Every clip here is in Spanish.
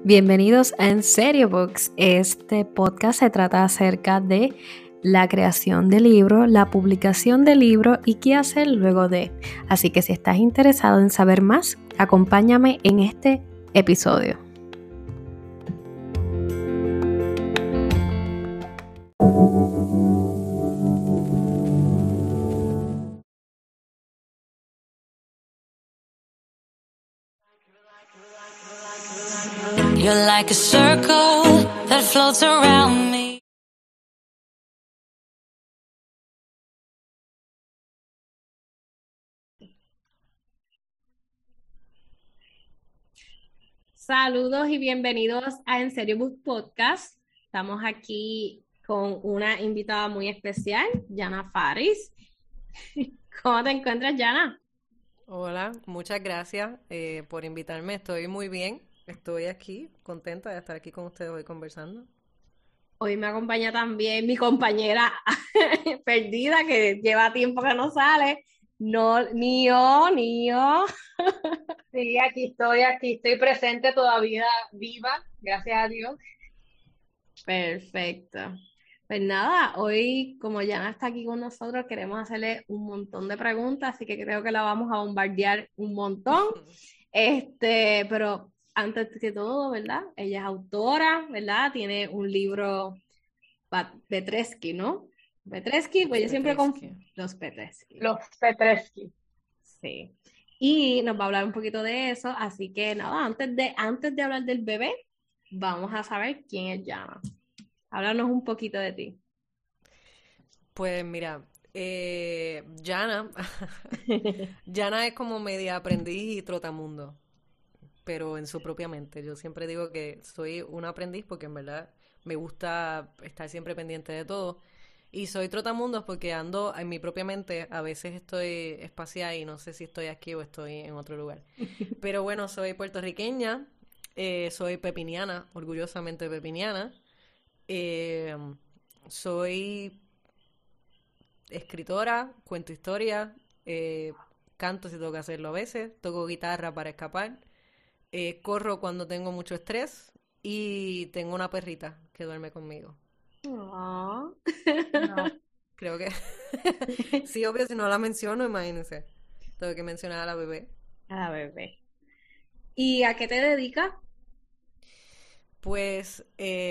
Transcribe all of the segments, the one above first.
Bienvenidos a En Serio Books. Este podcast se trata acerca de la creación de libros, la publicación de libros y qué hacer luego de. Así que si estás interesado en saber más, acompáñame en este episodio. You're like a circle that floats around me. Saludos y bienvenidos a En Serio Book Podcast. Estamos aquí con una invitada muy especial, Yana Faris. ¿Cómo te encuentras, Yana? Hola, muchas gracias por invitarme. Estoy muy bien. Estoy aquí, contenta de estar aquí con ustedes hoy conversando. Hoy me acompaña también mi compañera perdida que lleva tiempo que no sale. No, ni yo. Sí, aquí estoy presente todavía, viva, gracias a Dios. Perfecto. Pues nada, hoy como Yana está aquí con nosotros, queremos hacerle un montón de preguntas, así que creo que la vamos a bombardear un montón. Pero antes que todo, ¿verdad? Ella es autora, ¿verdad? Tiene un libro Petresky, ¿no? Petresky, pues yo siempre con los Petresky. Los Petresky. Sí. Y nos va a hablar un poquito de eso, así que nada, antes de hablar del bebé, vamos a saber quién es Yana. Háblanos un poquito de ti. Pues mira, Yana, Yana es como media aprendiz y trotamundo, pero en su propia mente. Yo siempre digo que soy un aprendiz porque en verdad me gusta estar siempre pendiente de todo. Y soy trotamundos porque ando en mi propia mente. A veces estoy espaciada y no sé si estoy aquí o estoy en otro lugar. Pero bueno, soy puertorriqueña, soy pepiniana, orgullosamente pepiniana. Soy escritora, cuento historias, canto si tengo que hacerlo a veces, toco guitarra para escapar, corro cuando tengo mucho estrés y tengo una perrita que duerme conmigo. Oh. No. Creo que sí, obvio, si no la menciono, imagínense. Tengo que mencionar a la bebé. A la bebé. ¿Y a qué te dedicas? Pues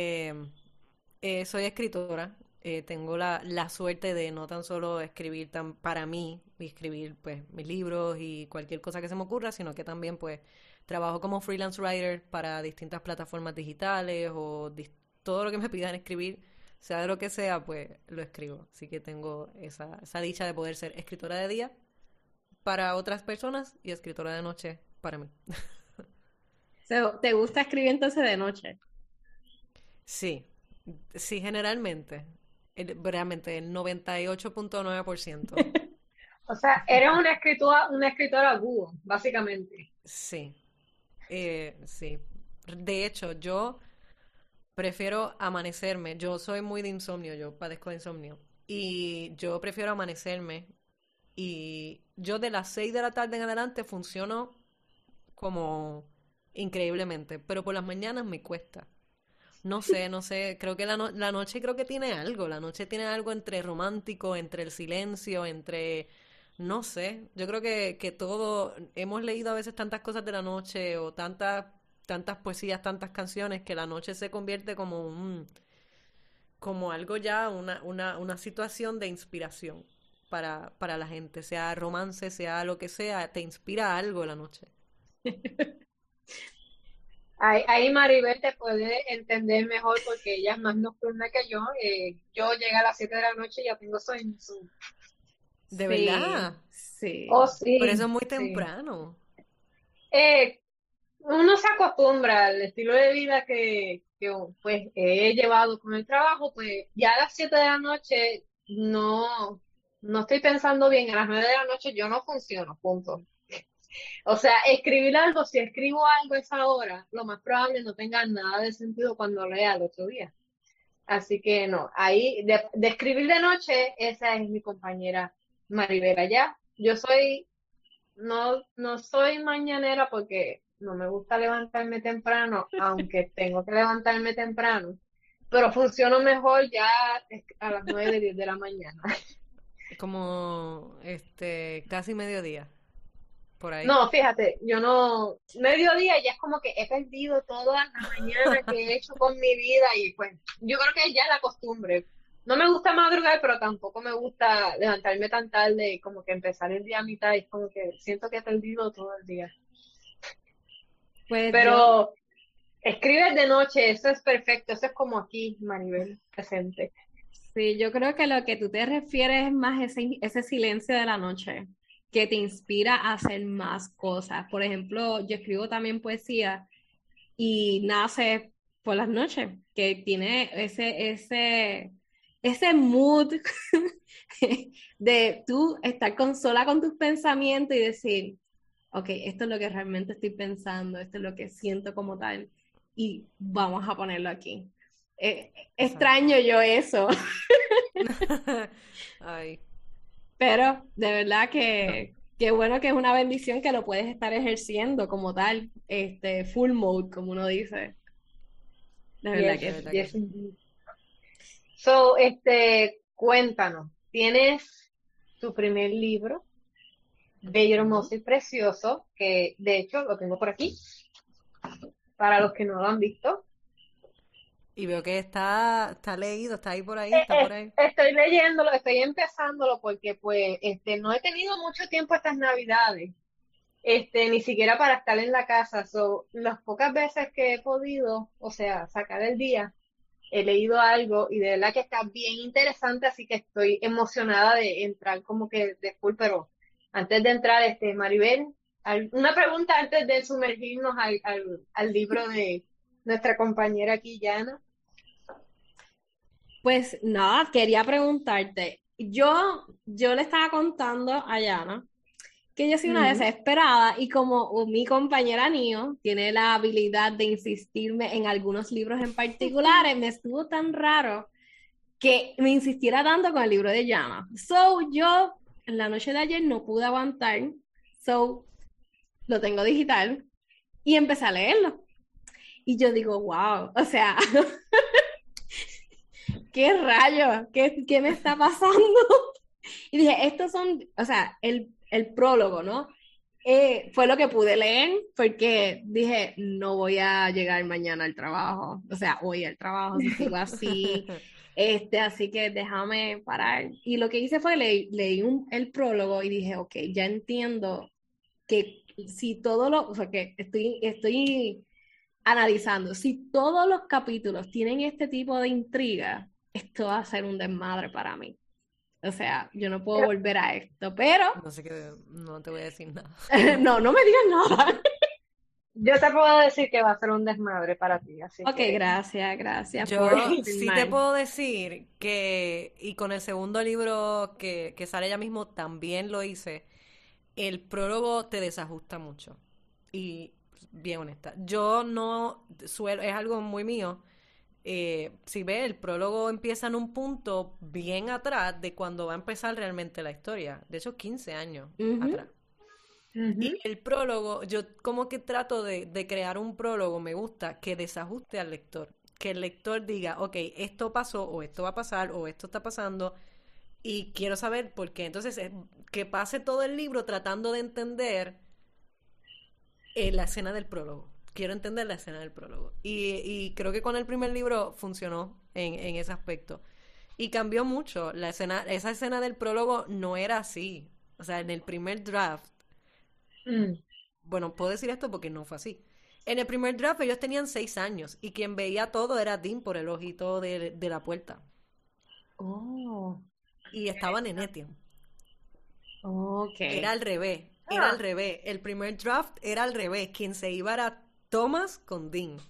soy escritora. Tengo la suerte de no tan solo escribir para mí y escribir pues mis libros y cualquier cosa que se me ocurra, sino que también pues trabajo como freelance writer para distintas plataformas digitales o todo lo que me pidan escribir, sea de lo que sea, pues lo escribo. Así que tengo esa dicha de poder ser escritora de día para otras personas y escritora de noche para mí. ¿Te gusta escribir entonces de noche? Sí, sí, generalmente. Realmente, el 98.9%. O sea, eres una escritora búho, básicamente. Sí, sí. De hecho, yo prefiero amanecerme. Yo soy muy de insomnio, yo padezco de insomnio. Y yo prefiero amanecerme. Y yo de las 6 de la tarde en adelante funciono como increíblemente. Pero por las mañanas me cuesta. No sé, creo que la noche creo que tiene algo, la noche tiene algo entre romántico, entre el silencio, entre, no sé, yo creo que todo, hemos leído a veces tantas cosas de la noche o tantas poesías, tantas canciones, que la noche se convierte como algo ya, una situación de inspiración para la gente, sea romance, sea lo que sea, te inspira algo la noche. Ahí Maribel te puede entender mejor porque ella es más nocturna que yo. Yo llegué a las 7 de la noche y ya tengo sueño. ¿De Sí, verdad? sí. Oh, Pero eso sí, es muy sí. temprano. Eh, Uno se acostumbra al estilo de vida que pues he llevado con el trabajo, pues ya a las 7 de la noche no estoy pensando bien, a las 9 de la noche yo no funciono, punto. O sea, escribir algo, si escribo algo a esa hora, lo más probable no tenga nada de sentido cuando lea el otro día. Así que no, ahí de escribir de noche, esa es mi compañera Maribela. Ya, yo soy, no soy mañanera porque no me gusta levantarme temprano, aunque tengo que levantarme temprano, pero funciono mejor ya a las 9, 10 de la mañana. Como, casi mediodía, por ahí. No, fíjate, yo no, mediodía ya es como que he perdido toda la mañana que he hecho con mi vida y pues yo creo que ya es la costumbre. No me gusta madrugar, pero tampoco me gusta levantarme tan tarde y como que empezar el día a mitad y es como que siento que he perdido todo el día. Pues yo, Pero escribes de noche, eso es perfecto, eso es como aquí, Maribel, presente. sí, yo creo que lo que tú te refieres es más ese silencio de la noche que te inspira a hacer más cosas. Por ejemplo, yo escribo también poesía y nace por las noches, que tiene ese mood de tú estar sola con tus pensamientos y decir, ok, esto es lo que realmente estoy pensando, esto es lo que siento como tal, y vamos a ponerlo aquí. Exacto. Extraño yo eso, Ay, pero de verdad no. que qué bueno que es una bendición que lo puedes estar ejerciendo como tal, full mode, como uno dice. De verdad Yes, De que verdad que yes sí. indeed. So, cuéntanos, ¿tienes tu primer libro, Bello, Ujú. Hermoso y Precioso? Que de hecho lo tengo por aquí, para los que no lo han visto. Y veo que está leído, está ahí por ahí, está por ahí. Estoy leyéndolo, estoy empezándolo porque pues no he tenido mucho tiempo estas Navidades, ni siquiera para estar en la casa. So, las pocas veces que he podido, o sea, sacar el día, he leído algo y de verdad que está bien interesante, así que estoy emocionada de entrar como que de full, pero antes de entrar, Maribel, una pregunta antes de sumergirnos al libro de nuestra compañera aquí, Yana. pues nada, quería preguntarte, yo le estaba contando a Yana que yo soy una Ujú. desesperada y como mi compañera Nio tiene la habilidad de insistirme en algunos libros en particulares, me estuvo tan raro que me insistiera tanto con el libro de Yana. So, yo en la noche de ayer no pude aguantar, so, lo tengo digital y empecé a leerlo. Y yo digo, wow, o sea, ¿qué rayos? ¿Qué me está pasando? Y dije, estos son, o sea, el prólogo, ¿no? Fue lo que pude leer porque dije, no voy a llegar mañana al trabajo, o sea, hoy al trabajo, si sigo así, así que déjame parar. Y lo que hice fue leí el prólogo y dije, ok, ya entiendo que si todo lo, o sea, que estoy analizando, si todos los capítulos tienen este tipo de intriga, esto va a ser un desmadre para mí. O sea, yo no puedo volver a esto, pero No sé qué, no te voy a decir nada. no, no me digas nada. Yo te puedo decir que va a ser un desmadre para ti, así Ok, que gracias por Yo sí te confirmar. puedo decir que, y con el segundo libro que sale ya mismo, también lo hice, el prólogo te desajusta mucho. Y bien honesta, yo no suelo, es algo muy mío. Si ve, el prólogo empieza en un punto bien atrás de cuando va a empezar realmente la historia. De hecho, 15 años Ujú. atrás. Y ujú. el prólogo, yo como que trato de crear un prólogo, me gusta que desajuste al lector. Que el lector diga, ok, esto pasó, o esto va a pasar, o esto está pasando, y quiero saber por qué. Entonces, que pase todo el libro tratando de entender la escena del prólogo. Quiero entender la escena del prólogo. Y creo que con el primer libro funcionó en ese aspecto. Y cambió mucho. La escena, esa escena del prólogo no era así. O sea, en el primer draft, Mm. bueno, puedo decir esto porque no fue así. En el primer draft ellos tenían 6 años y quien veía todo era Dean por el ojito de la puerta. Oh, Y estaban en Etienne. ok. Era al revés, era al Ah, revés. El primer draft era al revés. Quien se iba era Thomas con Dean.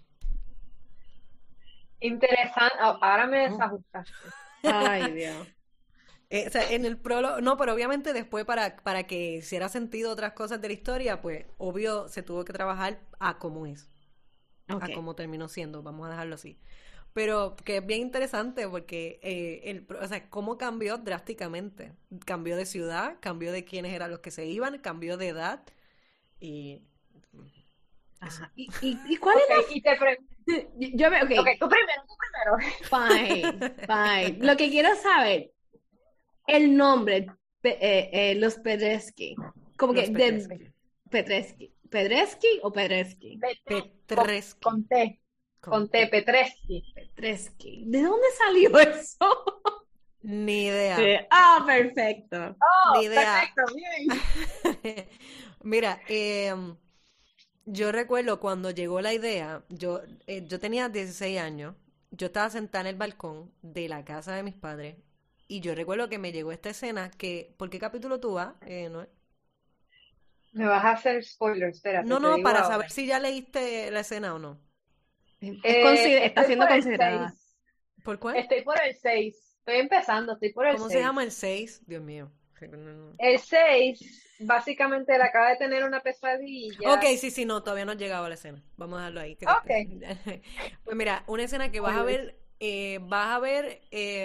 interesante. Ahora me Mm. desajustaste. Ay, Dios. O sea, en el prólogo, no, pero obviamente después para que hiciera sentido otras cosas de la historia, pues obvio se tuvo que trabajar a cómo es, Ok. a cómo terminó siendo, vamos a dejarlo así. Pero que es bien interesante porque o sea, cómo cambió drásticamente. Cambió de ciudad, cambió de quiénes eran los que se iban, cambió de edad y Ajá. ¿Y cuál es Ok, y te pregunto. Yo veo, Ok, ok, tú primero. fine, fine. Lo que quiero saber, el nombre, los Pedreski, como que Los de Petresky. Pedreski o Pedreski, Con, Petresky. con T, Con con T, T. Petresky. Pedreski. ¿De dónde salió eso? Ni idea. Perfecto. Ni Oh, idea. perfecto, bien. Mira, yo recuerdo cuando llegó la idea, yo tenía 16 años, yo estaba sentada en el balcón de la casa de mis padres y yo recuerdo que me llegó esta escena que, ¿por qué capítulo tú vas, Noé? Me vas a hacer spoiler, espérate, No, te no, digo para saber ahora. si ya leíste la escena o no. Está Estoy siendo por el considerada. 6. ¿Por cuál? Estoy por el 6. Estoy empezando, estoy por el ¿Cómo se 6. llama el 6? Dios mío. No. El 6, básicamente, él acaba de tener una Ok, pesadilla. sí, sí, no, todavía no has llegado a la escena. Vamos a dejarlo ahí. Ok, Pues mira, una escena que spoilers. vas a ver,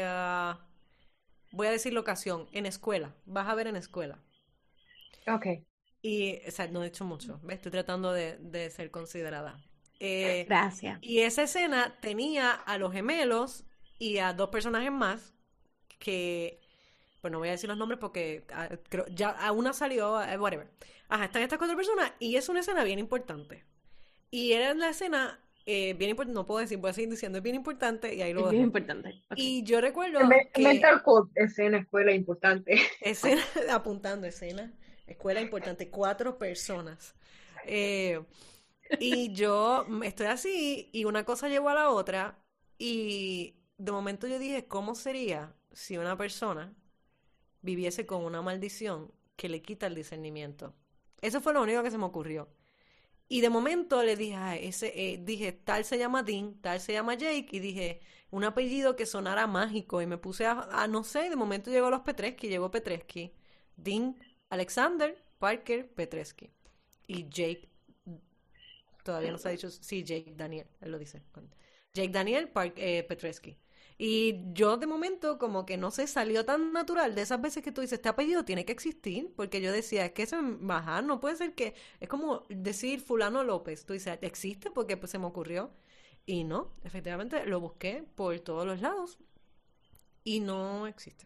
voy a decir locación, en escuela, vas a ver en escuela. Ok. Y, o sea, no he hecho mucho, ¿ves? Estoy tratando de ser considerada. Eh, Gracias. y esa escena tenía a los gemelos y a dos personajes más que, pues no voy a decir los nombres porque creo, ya a una salió, whatever. Ajá, están estas cuatro personas y es una escena bien importante. Y era la escena bien importante, no puedo decir, voy a seguir diciendo, es bien importante y ahí Es lo bien dejo. importante. Ok. Y yo recuerdo que Mental code, escena, escuela, importante. escena, apuntando escena, escuela importante, cuatro personas. Eh, y yo estoy así y una cosa llevó a la otra y de momento yo dije, ¿cómo sería si una persona viviese con una maldición que le quita el discernimiento? Eso fue lo único que se me ocurrió. Y de momento le dije, dije, tal se llama Dean, tal se llama Jake, y dije, un apellido que sonara mágico, y me puse no sé, de momento llegó los Petresky, llegó Petresky, Dean, Alexander, Parker, Petresky, y Jake, todavía no se ha dicho, sí, Jake Daniel, él lo dice, Jake Daniel Petresky. Y yo de momento como que no sé, salió tan natural de esas veces que tú dices, este apellido tiene que existir, porque yo decía, es que eso baja, no puede ser que, es como decir fulano López, tú dices, existe porque pues se me ocurrió. Y no, efectivamente lo busqué por todos los lados y no existe.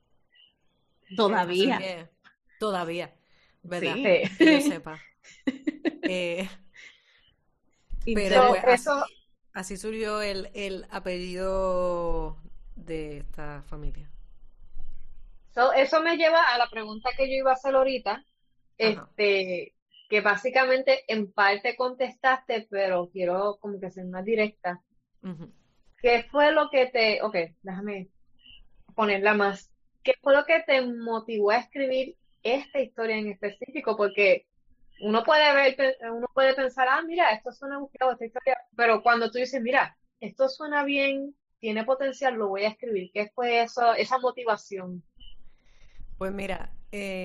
Así Todavía. que todavía, ¿verdad? Sí. Sí. Que yo sepa. Eh, pero So, pues Interesante. eso, así surgió el apellido de esta familia. eso me lleva a la pregunta que yo iba a hacer ahorita, Ajá. este, que básicamente en parte contestaste, pero quiero como que ser más directa. Ujú. ¿Qué fue lo que ok, déjame ponerla más. ¿Qué fue lo que te motivó a escribir esta historia en específico? Porque uno puede pensar, ah, mira, esto suena buscado, esta historia, pero cuando tú dices, mira, esto suena bien, tiene potencial, lo voy a escribir. ¿Qué fue eso, esa motivación? Pues mira,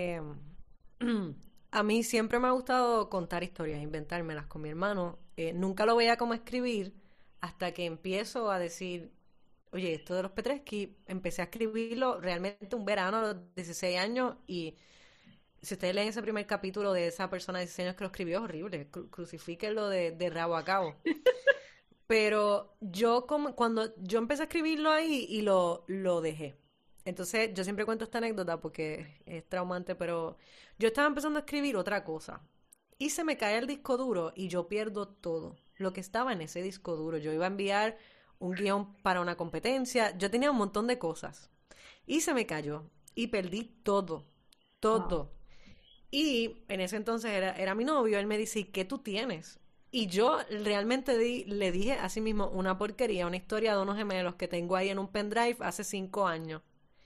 a mí siempre me ha gustado contar historias, inventármelas con mi hermano. Nunca lo veía como escribir hasta que empiezo a decir, oye, esto de los Petresky, empecé a escribirlo realmente un verano a los 16 años y si ustedes leen ese primer capítulo de esa persona de 16 años que lo escribió, es horrible, crucifíquenlo de rabo a cabo. Pero yo cuando yo empecé a escribirlo ahí y lo dejé. Entonces yo siempre cuento esta anécdota porque es traumante, pero yo estaba empezando a escribir otra cosa y se me cae el disco duro y yo pierdo todo lo que estaba en ese disco duro. Yo iba a enviar un guión para una competencia, yo tenía un montón de cosas y se me cayó y perdí todo, Wow. todo. Y en ese entonces era mi novio, él me dice, ¿y qué tú tienes? Y yo realmente le dije a sí mismo una porquería, una historia de unos gemelos que tengo ahí en un pendrive hace 5 años.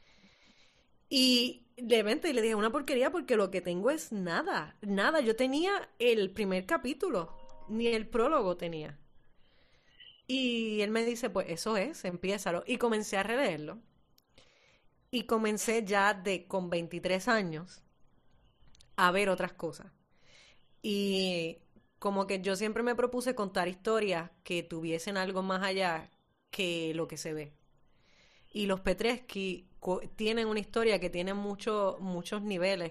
Y y le dije una porquería porque lo que tengo es nada, nada. Yo tenía el primer capítulo, ni el prólogo tenía. Y él me dice, pues eso es, empiézalo. Y comencé a releerlo. Y comencé ya con 23 años a ver otras cosas. Y como que yo siempre me propuse contar historias que tuviesen algo más allá que lo que se ve. Y los Petresky tienen una historia que tiene muchos niveles.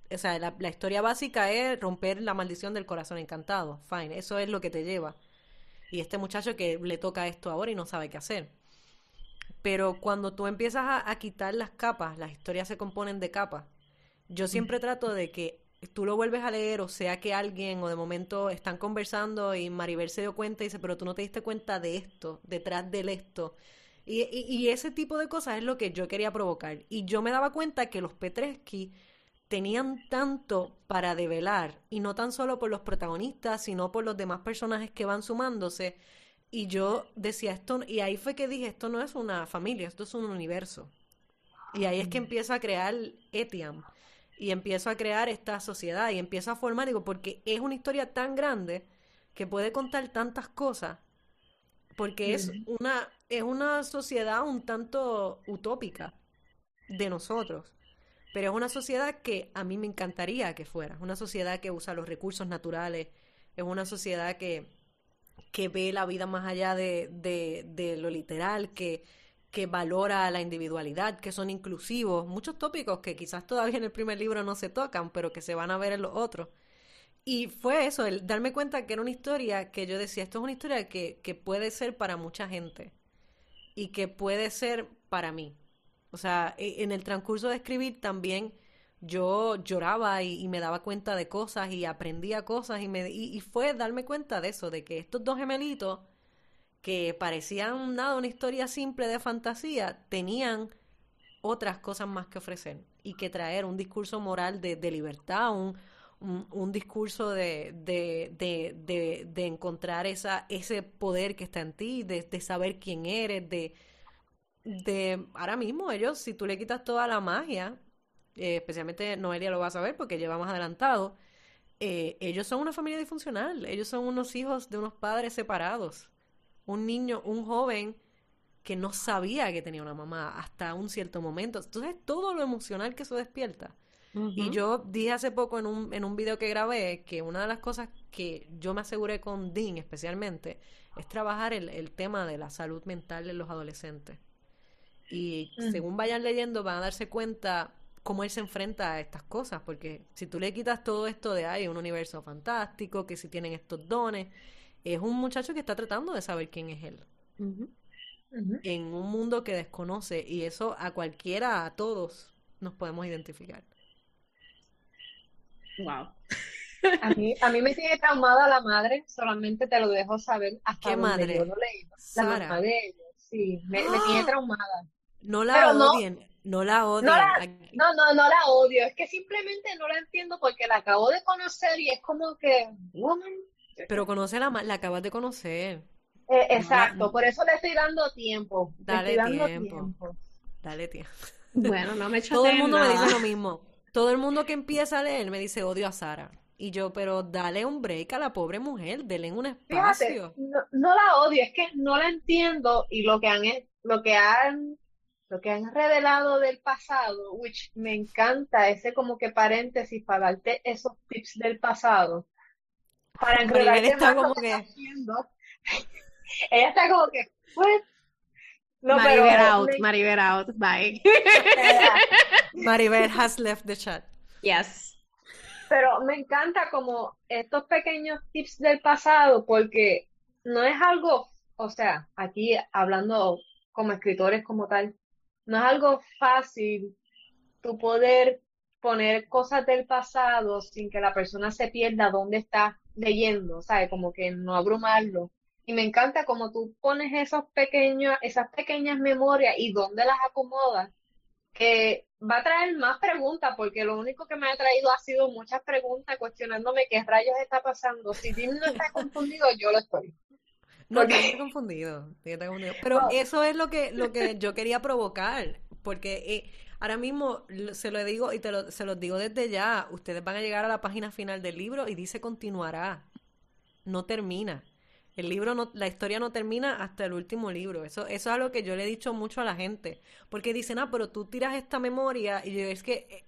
o sea, la historia básica es romper la maldición del corazón encantado. Fine, eso es lo que te lleva. Y este muchacho que le toca esto ahora y no sabe qué hacer. Pero cuando tú empiezas a quitar las capas, las historias se componen de capas. Yo siempre trato de que tú lo vuelves a leer, o sea que alguien, o de momento están conversando y Maribel se dio cuenta y dice, pero tú no te diste cuenta de esto, detrás del esto. Y ese tipo de cosas es lo que yo quería provocar. Y yo me daba cuenta que los Petreschi tenían tanto para develar, y no tan solo por los protagonistas, sino por los demás personajes que van sumándose. Y yo decía esto, y ahí fue que dije, esto no es una familia, esto es un universo. Y ahí es que empiezo a crear Etiam, y empiezo a crear esta sociedad, y empiezo a formar, digo, porque es una historia tan grande que puede contar tantas cosas, porque es una sociedad un tanto utópica de nosotros. Pero es una sociedad que a mí me encantaría que fuera. Es una sociedad que usa los recursos naturales. Es una sociedad que ve la vida más allá de lo literal, que valora la individualidad, que son inclusivos. Muchos tópicos que quizás todavía en el primer libro no se tocan, pero que se van a ver en los otros. Y fue eso, el darme cuenta que era una historia que yo decía, esto es una historia que puede ser para mucha gente y que puede ser para mí. O sea, en el transcurso de escribir también yo lloraba y me daba cuenta de cosas y aprendía cosas y fue darme cuenta de eso, de que estos dos gemelitos que parecían nada, una historia simple de fantasía, tenían otras cosas más que ofrecer y que traer un discurso moral de libertad, un discurso de encontrar ese poder que está en ti, de saber quién eres, ahora mismo ellos, si tú le quitas toda la magia, especialmente Noelia lo va a saber porque lleva más adelantado, ellos son una familia disfuncional, ellos son unos hijos de unos padres separados, un niño, un joven que no sabía que tenía una mamá hasta un cierto momento, entonces todo lo emocional que eso despierta. Y yo dije hace poco en un video que grabé que una de las cosas que yo me aseguré con Dean especialmente es trabajar el tema de la salud mental en los adolescentes. Y según vayan leyendo van a darse cuenta cómo él se enfrenta a estas cosas, porque si tú le quitas todo esto de ahí, un universo fantástico, que si tienen estos dones, es un muchacho que está tratando de saber quién es él. En un mundo que desconoce, y eso a cualquiera, a todos, nos podemos identificar. Wow. A mí me tiene traumada la madre, solamente te lo dejo saber hasta ¿Qué donde madre? yo lo leí. La Sara. mamá de ellos, sí, me tiene traumada. No la Pero no, odien, no la odien. no la odio, es que simplemente no la entiendo porque la acabo de conocer y es como que, woman. Pero conoce la acabas de conocer. Exacto, por eso le estoy dando tiempo. Le Dale estoy dando tiempo. Dale tiempo. Bueno, no me Todo el choteen mundo me nada. dice lo mismo. Todo el mundo que empieza a leer me dice odio a Sara. Y yo, pero dale un break a la pobre mujer, denle un Fíjate, espacio. no la odio, es que no la entiendo y lo que han revelado del pasado, which me encanta, ese como que paréntesis para darte esos tips del pasado, para Maribel enredarte está más lo como que está que, haciendo. Ella está como que, pues, no, Maribel pero out, Maribel out, bye. Maribel has left the chat. Yes. Pero me encanta como estos pequeños tips del pasado, porque no es algo, o sea, aquí hablando como escritores como tal, no es algo fácil tú poder poner cosas del pasado sin que la persona se pierda dónde está leyendo, ¿sabes? Como que no abrumarlo. Y me encanta como tú pones esas pequeñas memorias y dónde las acomodas, que va a traer más preguntas, porque lo único que me ha traído ha sido muchas preguntas cuestionándome qué rayos está pasando. Si Tim no está confundido, yo lo estoy. No, Porque, Tim está confundido. Tim está confundido. Pero no, eso es lo que yo quería provocar. Porque ahora mismo se lo digo y se los digo desde ya. Ustedes van a llegar a la página final del libro y dice continuará. No termina. El libro la historia no termina hasta el último libro. Eso es algo que yo le he dicho mucho a la gente. Porque dicen, pero tú tiras esta memoria. Y yo, es que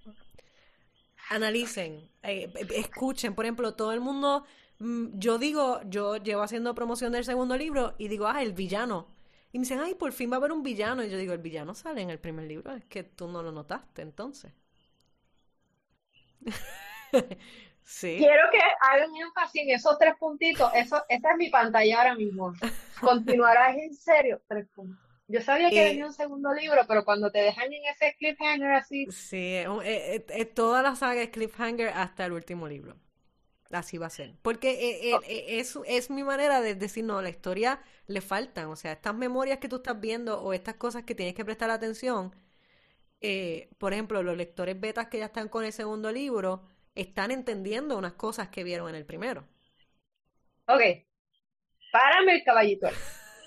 analicen, escuchen. Por ejemplo, todo el mundo, yo llevo haciendo promoción del segundo libro y digo, el villano. Y me dicen, por fin va a haber un villano. Y yo digo, el villano sale en el primer libro. Es que tú no lo notaste, entonces. Sí. Quiero que hagan énfasis en esos 3 puntitos. Esa es mi pantalla ahora mismo. ¿Continuarás en serio? 3 puntos. Yo sabía que venía Eh, un segundo libro, pero cuando te dejan en ese cliffhanger así, sí, toda la saga es cliffhanger hasta el último libro. Así va a ser. Porque ok, es mi manera de decir, no, la historia le faltan. O sea, estas memorias que tú estás viendo o estas cosas que tienes que prestar atención, por ejemplo, los lectores betas que ya están con el segundo libro, están entendiendo unas cosas que vieron en el primero. ok, párame el caballito ahí.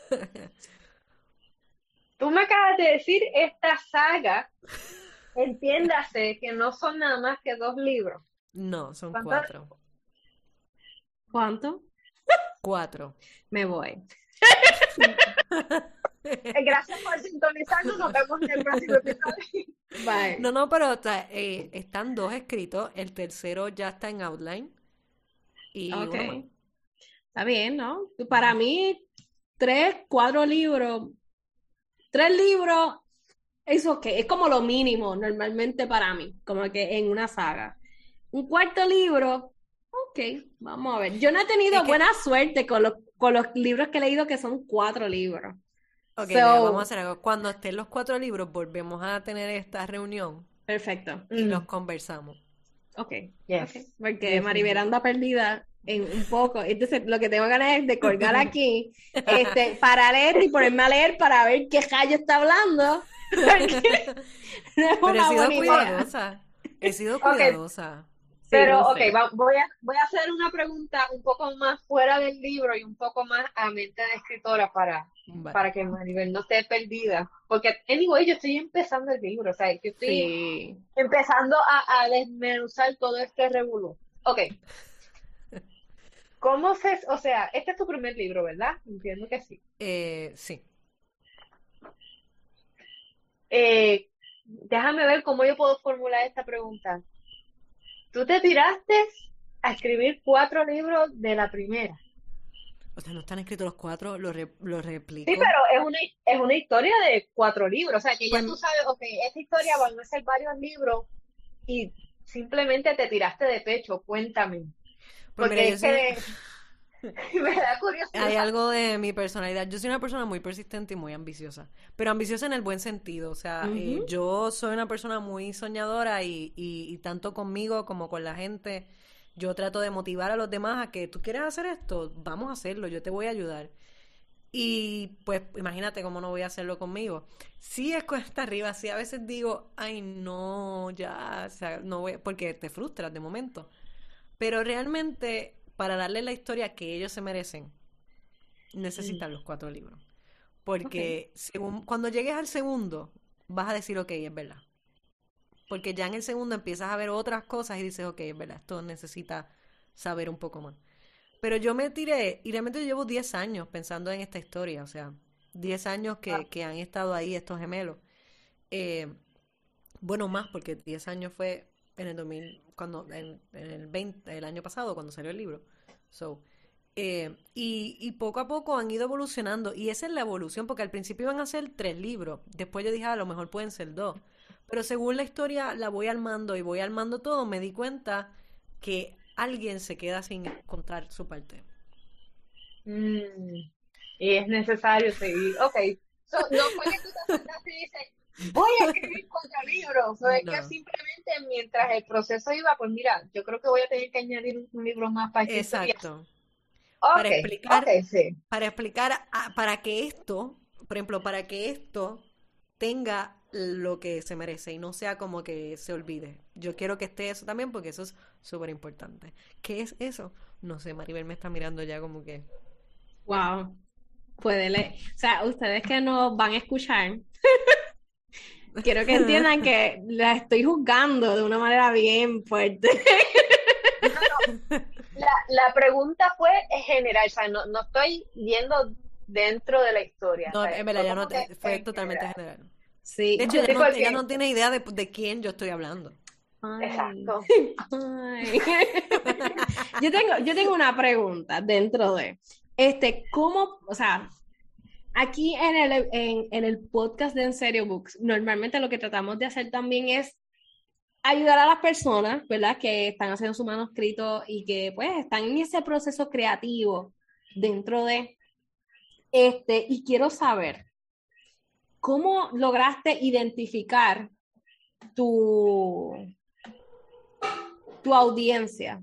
Tú me acabas de decir esta saga, entiéndase que no son nada más que 2 libros. No, son ¿Cuántos? 4. ¿Cuánto? 4. Me voy. Gracias por sintonizarnos, nos vemos en el próximo episodio. Bye. No, no, pero están 2 escritos. El tercero ya está en outline. Y Ok. uno más. Está bien, ¿no? Para mí, 3, 4 libros, 3 libros, es ok. Es como lo mínimo normalmente para mí, como que en una saga. Un cuarto libro, ok, vamos a ver. Yo no he tenido Es que, buena suerte con los libros que he leído, que son 4 libros. ok, mira, vamos a So, hacer algo. Cuando estén los 4 libros, volvemos a tener esta reunión perfecto. y los conversamos. Ok, Yes, porque yes, Maribel anda perdida en un poco. Entonces, lo que tengo ganas es de colgar aquí, para leer y ponerme a leer para ver qué Jayo está hablando. Porque no es Pero he una sido buena idea. cuidadosa. He sido Ok, cuidadosa. Sí, pero lo ok, sé. voy a hacer una pregunta un poco más fuera del libro y un poco más a mente de escritora Vale. para que Maribel no esté perdida. Porque, anyway, yo estoy empezando el libro, o sea, yo estoy Sí. empezando a desmenuzar todo este revolú. Ok, o sea, este es tu primer libro, ¿verdad? Entiendo que sí. Sí. Déjame ver cómo yo puedo formular esta pregunta. Tú te tiraste a escribir 4 libros de la primera. O sea, no están escritos los 4, lo Sí, replico. pero es una historia de 4 libros. O sea, que ya Pues, tú sabes, ok, esta historia van a ser varios libros y simplemente te tiraste de pecho. Cuéntame. pues mira, Porque yo es soy, que me da hay curiosidad. algo de mi personalidad. Yo soy una persona muy persistente y muy ambiciosa, pero ambiciosa en el buen sentido. O sea, Ujú. yo soy una persona muy soñadora y tanto conmigo como con la gente, yo trato de motivar a los demás a que tú quieres hacer esto, vamos a hacerlo, yo te voy a ayudar. Y pues imagínate cómo no voy a hacerlo conmigo. Sí es cuesta arriba, sí a veces digo, ay no, ya, o sea, no voy, porque te frustras de momento. Pero realmente, para darle la historia que ellos se merecen, Mm, necesitan los 4 libros. Ok. Porque cuando llegues al segundo, vas a decir, ok, es verdad. Porque ya en el segundo empiezas a ver otras cosas y dices, ok, es verdad, esto necesita saber un poco más. Pero yo me tiré, y realmente yo llevo 10 años pensando en esta historia, o sea, 10 años ah, que han estado ahí estos gemelos. Eh, bueno, más, porque 10 años fue en el 2000, en el 20, el año pasado, cuando salió el libro. So, y poco a poco han ido evolucionando, y esa es la evolución, porque al principio iban a ser 3 libros, después yo dije, a lo mejor pueden ser 2. Pero según la historia la voy armando y voy armando todo, me di cuenta que alguien se queda sin contar su parte. mm, y es necesario seguir. Ok, no fue que tú te sentaste y dices, voy a escribir 4 libros. O es que No, simplemente mientras el proceso iba, pues mira, yo creo que voy a tener que añadir un libro más para esta historia. exacto. Para Ok, ok, explicar, sí. para explicar, para que esto, por ejemplo, para que esto tenga lo que se merece y no sea como que se olvide. Yo quiero que esté eso también porque eso es súper importante. ¿Qué es eso? No sé, Maribel me está mirando ya como que... Wow. Puede leer. O sea, ustedes que nos van a escuchar, quiero que entiendan que la estoy juzgando de una manera bien fuerte. No, no, la pregunta fue general, o sea, no estoy yendo dentro de la historia, o No, sea, en verdad, fue ya no como que fue en totalmente general. general. Sí, De hecho, yo, ella Sí, no, ella porque, no tiene idea de quién yo estoy hablando. ay, exacto. ay. Yo tengo una pregunta dentro de, ¿cómo, o sea, aquí en el podcast de En Serio Books, normalmente lo que tratamos de hacer también es ayudar a las personas, ¿verdad? Que están haciendo su manuscrito y que pues están en ese proceso creativo dentro de y quiero saber, ¿cómo lograste identificar tu, tu audiencia?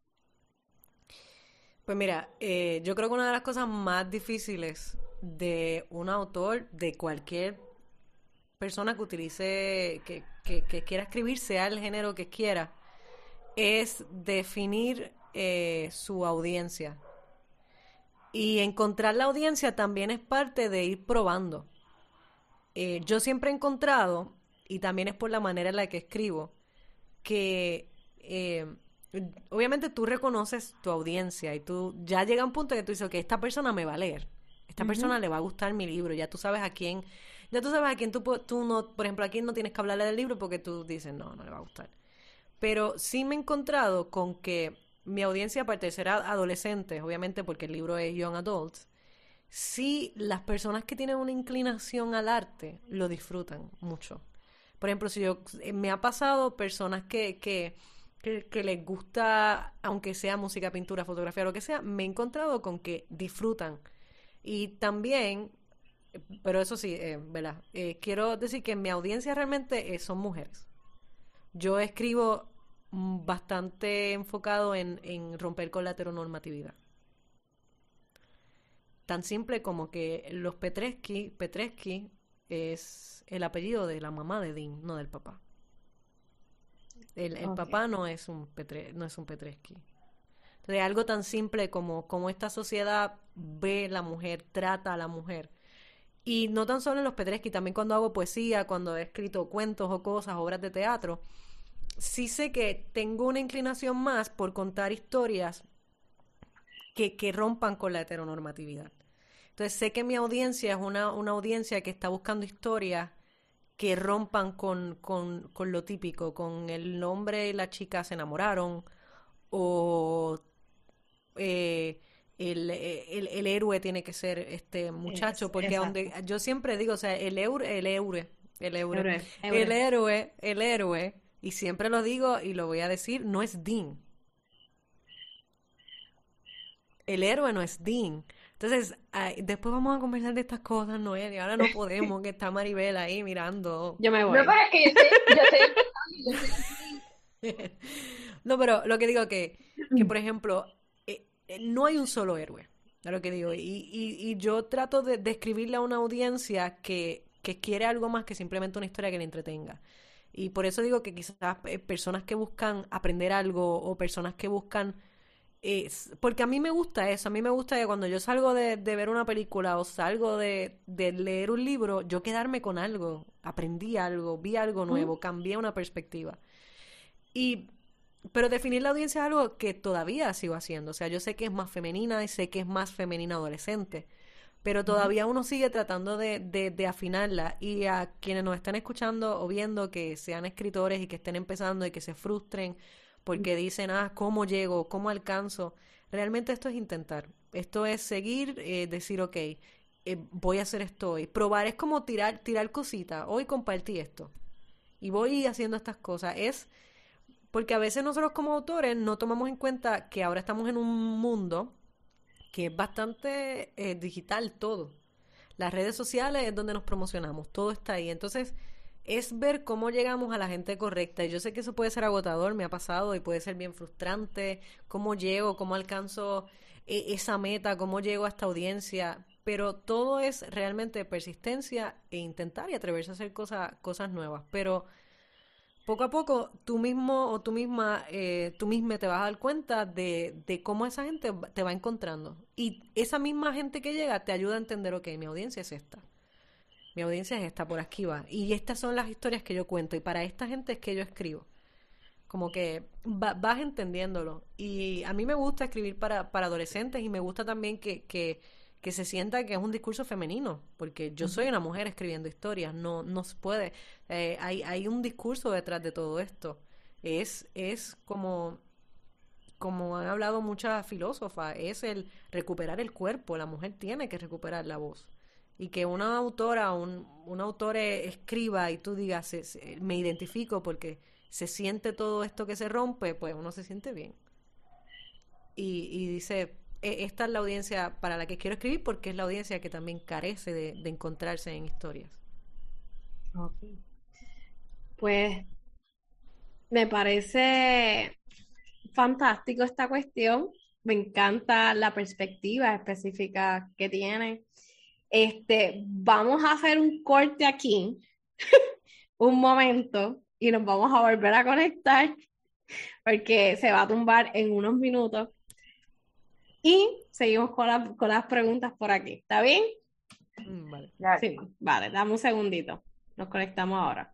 Pues mira, yo creo que una de las cosas más difíciles de un autor, de cualquier persona que utilice, que quiera escribir, sea el género que quiera, es definir su audiencia. Y encontrar la audiencia también es parte de ir probando. Yo siempre he encontrado, y también es por la manera en la que escribo, que obviamente tú reconoces tu audiencia y tú ya llega un punto que tú dices, ok, esta persona me va a leer, esta persona le va a gustar mi libro, ya tú sabes a quién, tú no, por ejemplo, a quién no tienes que hablarle del libro porque tú dices, no, no le va a gustar. Pero sí me he encontrado con que mi audiencia, aparte de ser adolescentes, obviamente porque el libro es Young Adults, sí las personas que tienen una inclinación al arte lo disfrutan mucho. Por ejemplo, si yo me ha pasado personas que les gusta, aunque sea música, pintura, fotografía, lo que sea, me he encontrado con que disfrutan. Y también, pero eso sí, ¿verdad? Quiero decir que mi audiencia realmente son mujeres. Yo escribo bastante enfocado en romper con la heteronormatividad. Tan simple como que los Petreschi es el apellido de la mamá de Dean, no del papá. El Ok. papá no es no es un Petreschi. Entonces, algo tan simple como esta sociedad ve la mujer, trata a la mujer. Y no tan solo en los Petreschi, también cuando hago poesía, cuando he escrito cuentos o cosas, obras de teatro, sí sé que tengo una inclinación más por contar historias que rompan con la heteronormatividad. Entonces sé que mi audiencia es una audiencia que está buscando historias que rompan con lo típico, con el hombre y la chica se enamoraron, o el héroe tiene que ser este muchacho, porque Exacto. donde yo siempre digo, o sea, Eure. el héroe, y siempre lo digo y lo voy a decir, no es Dean. El héroe no es Dean. Entonces, después vamos a conversar de estas cosas, Noel, y ahora no podemos, que está Maribel ahí mirando. Yo me No, voy. pero es que yo estoy empezando, yo estoy aquí. No, pero lo que digo que por ejemplo, no hay un solo héroe, es lo que digo, y yo trato de describirle a una audiencia que quiere algo más que simplemente una historia que le entretenga. Y por eso digo que quizás personas que buscan aprender algo o personas que buscan porque a mí me gusta eso, a mí me gusta que cuando yo salgo de ver una película o salgo de leer un libro, yo quedarme con algo, aprendí algo, vi algo nuevo, cambié una perspectiva. Y, pero definir la audiencia es algo que todavía sigo haciendo, o sea, yo sé que es más femenina y sé que es más femenina adolescente, pero todavía uno sigue tratando de afinarla y a quienes nos están escuchando o viendo que sean escritores y que estén empezando y que se frustren porque dicen, ¿cómo llego? ¿Cómo alcanzo? Realmente esto es intentar. Esto es seguir, decir, ok, voy a hacer esto hoy. Probar es como tirar cositas. Hoy compartí esto. Y voy haciendo estas cosas. Es porque a veces nosotros como autores no tomamos en cuenta que ahora estamos en un mundo que es bastante digital todo. Las redes sociales es donde nos promocionamos, todo está ahí. Entonces, es ver cómo llegamos a la gente correcta. Y yo sé que eso puede ser agotador, me ha pasado y puede ser bien frustrante. Cómo llego, cómo alcanzo esa meta, cómo llego a esta audiencia. Pero todo es realmente persistencia e intentar y atreverse a hacer cosas nuevas. Pero poco a poco tú mismo o tú misma te vas a dar cuenta de cómo esa gente te va encontrando. Y esa misma gente que llega te ayuda a entender, ok, mi audiencia es esta. Mi audiencia es esta, por aquí va. Y estas son las historias que yo cuento. Y para esta gente es que yo escribo. Como que vas entendiéndolo. Y a mí me gusta escribir para adolescentes y me gusta también que se sienta que es un discurso femenino. Porque yo soy una mujer escribiendo historias. No se puede. Hay un discurso detrás de todo esto. Es como han hablado muchas filósofas, es el recuperar el cuerpo. La mujer tiene que recuperar la voz. Y que una autora, un autor escriba y tú digas, me identifico porque se siente todo esto que se rompe, pues uno se siente bien. Y dice, esta es la audiencia para la que quiero escribir porque es la audiencia que también carece de encontrarse en historias. Ok. Pues me parece fantástico esta cuestión. Me encanta la perspectiva específica que tiene. Vamos a hacer un corte aquí, un momento, y nos vamos a volver a conectar porque se va a tumbar en unos minutos. Y seguimos con las preguntas por aquí. ¿Está bien? Vale. Dale. Sí, vale, dame un segundito. Nos conectamos ahora.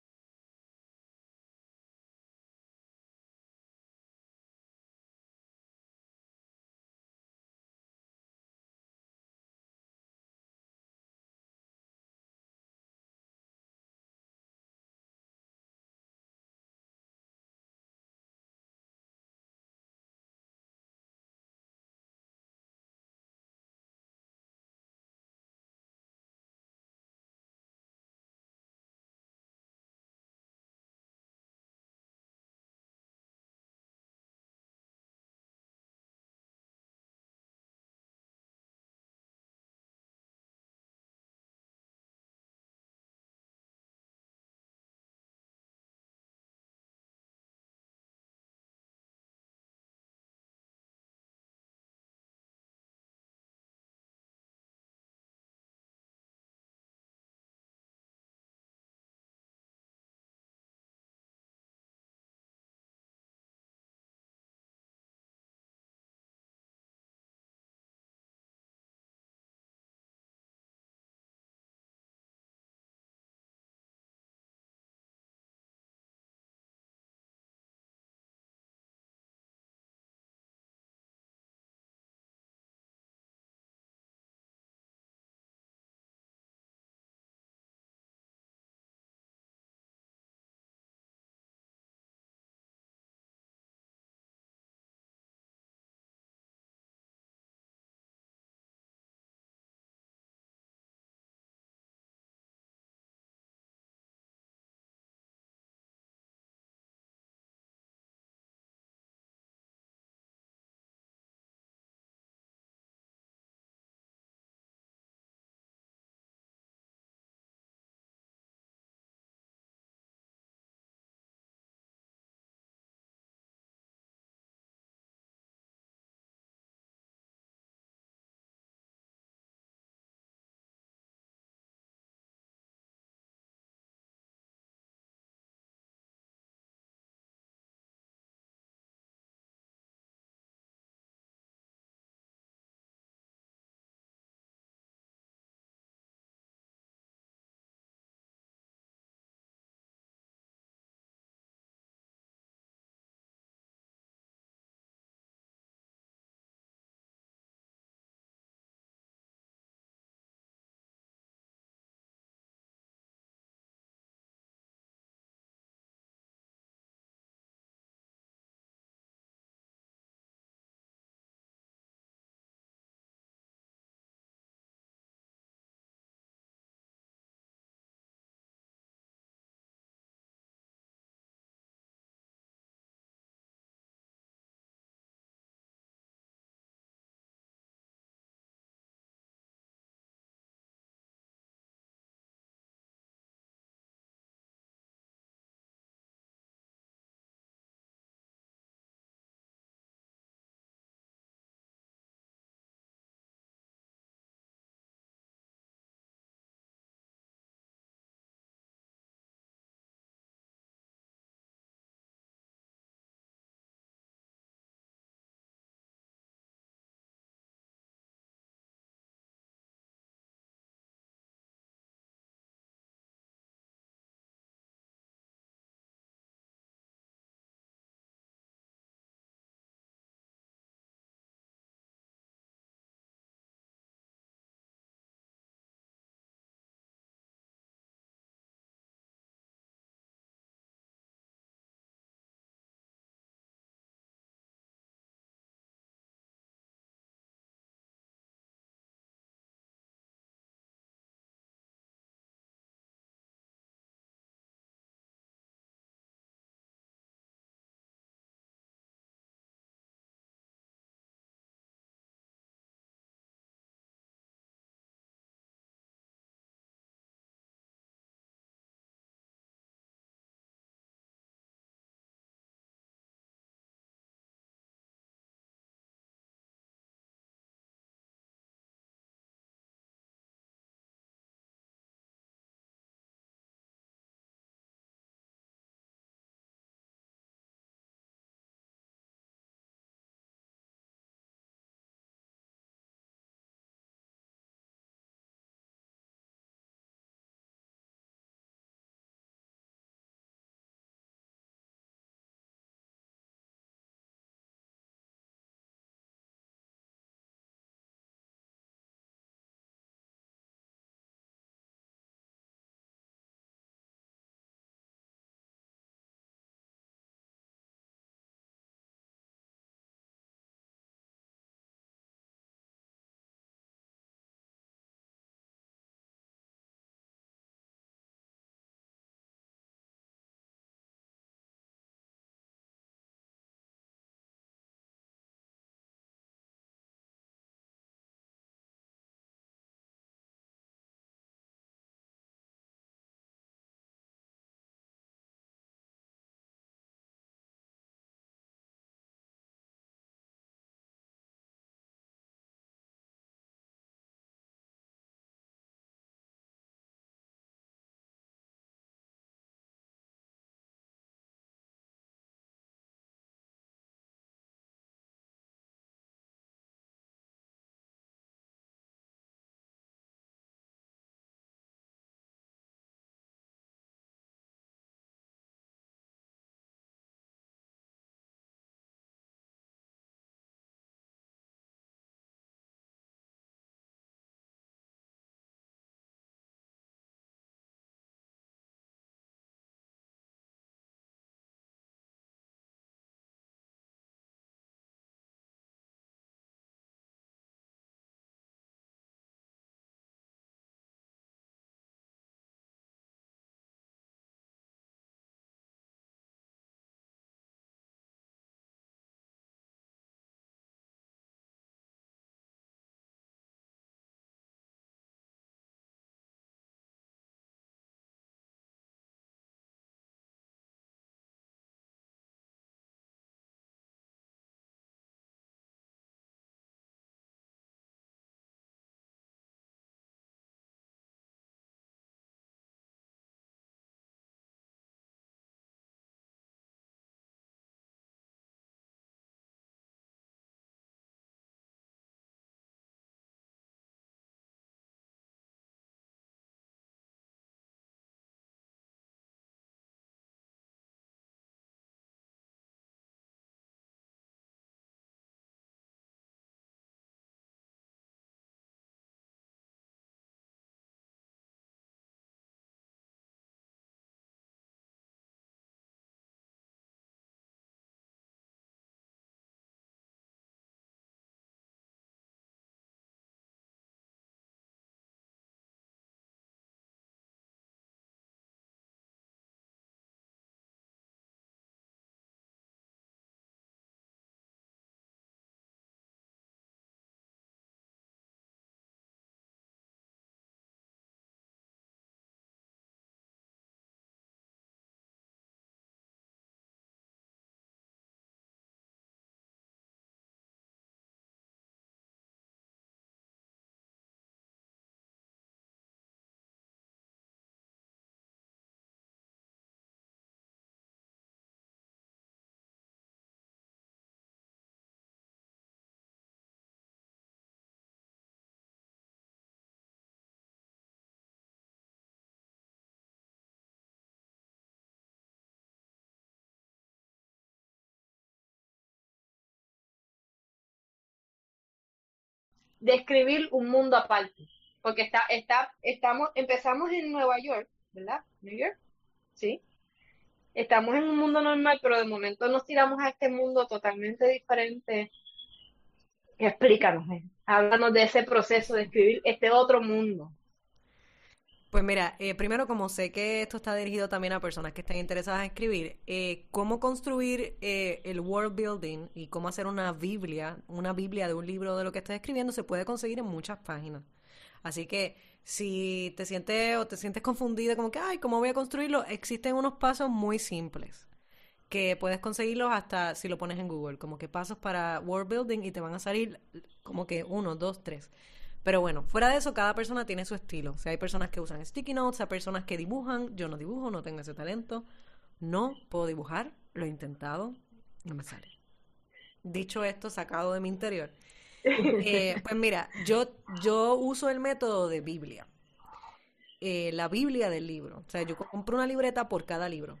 de escribir un mundo aparte. Porque empezamos en Nueva York, ¿verdad? New York, sí. Estamos en un mundo normal, pero de momento nos tiramos a este mundo totalmente diferente. Explícanos, háblanos de ese proceso de escribir este otro mundo. Pues mira, primero como sé que esto está dirigido también a personas que están interesadas en escribir, cómo construir el world building y cómo hacer una biblia de un libro de lo que estés escribiendo se puede conseguir en muchas páginas. Así que si te sientes confundido como que, ay, ¿cómo voy a construirlo? Existen unos pasos muy simples que puedes conseguirlos hasta si lo pones en Google, como que pasos para world building y te van a salir como que 1, 2, 3. Pero bueno, fuera de eso, cada persona tiene su estilo. O sea, hay personas que usan sticky notes, hay personas que dibujan. Yo no dibujo, no tengo ese talento. No puedo dibujar, lo he intentado, no me sale. Dicho esto, sacado de mi interior. Pues mira, yo uso el método de Biblia. La Biblia del libro. O sea, yo compro una libreta por cada libro.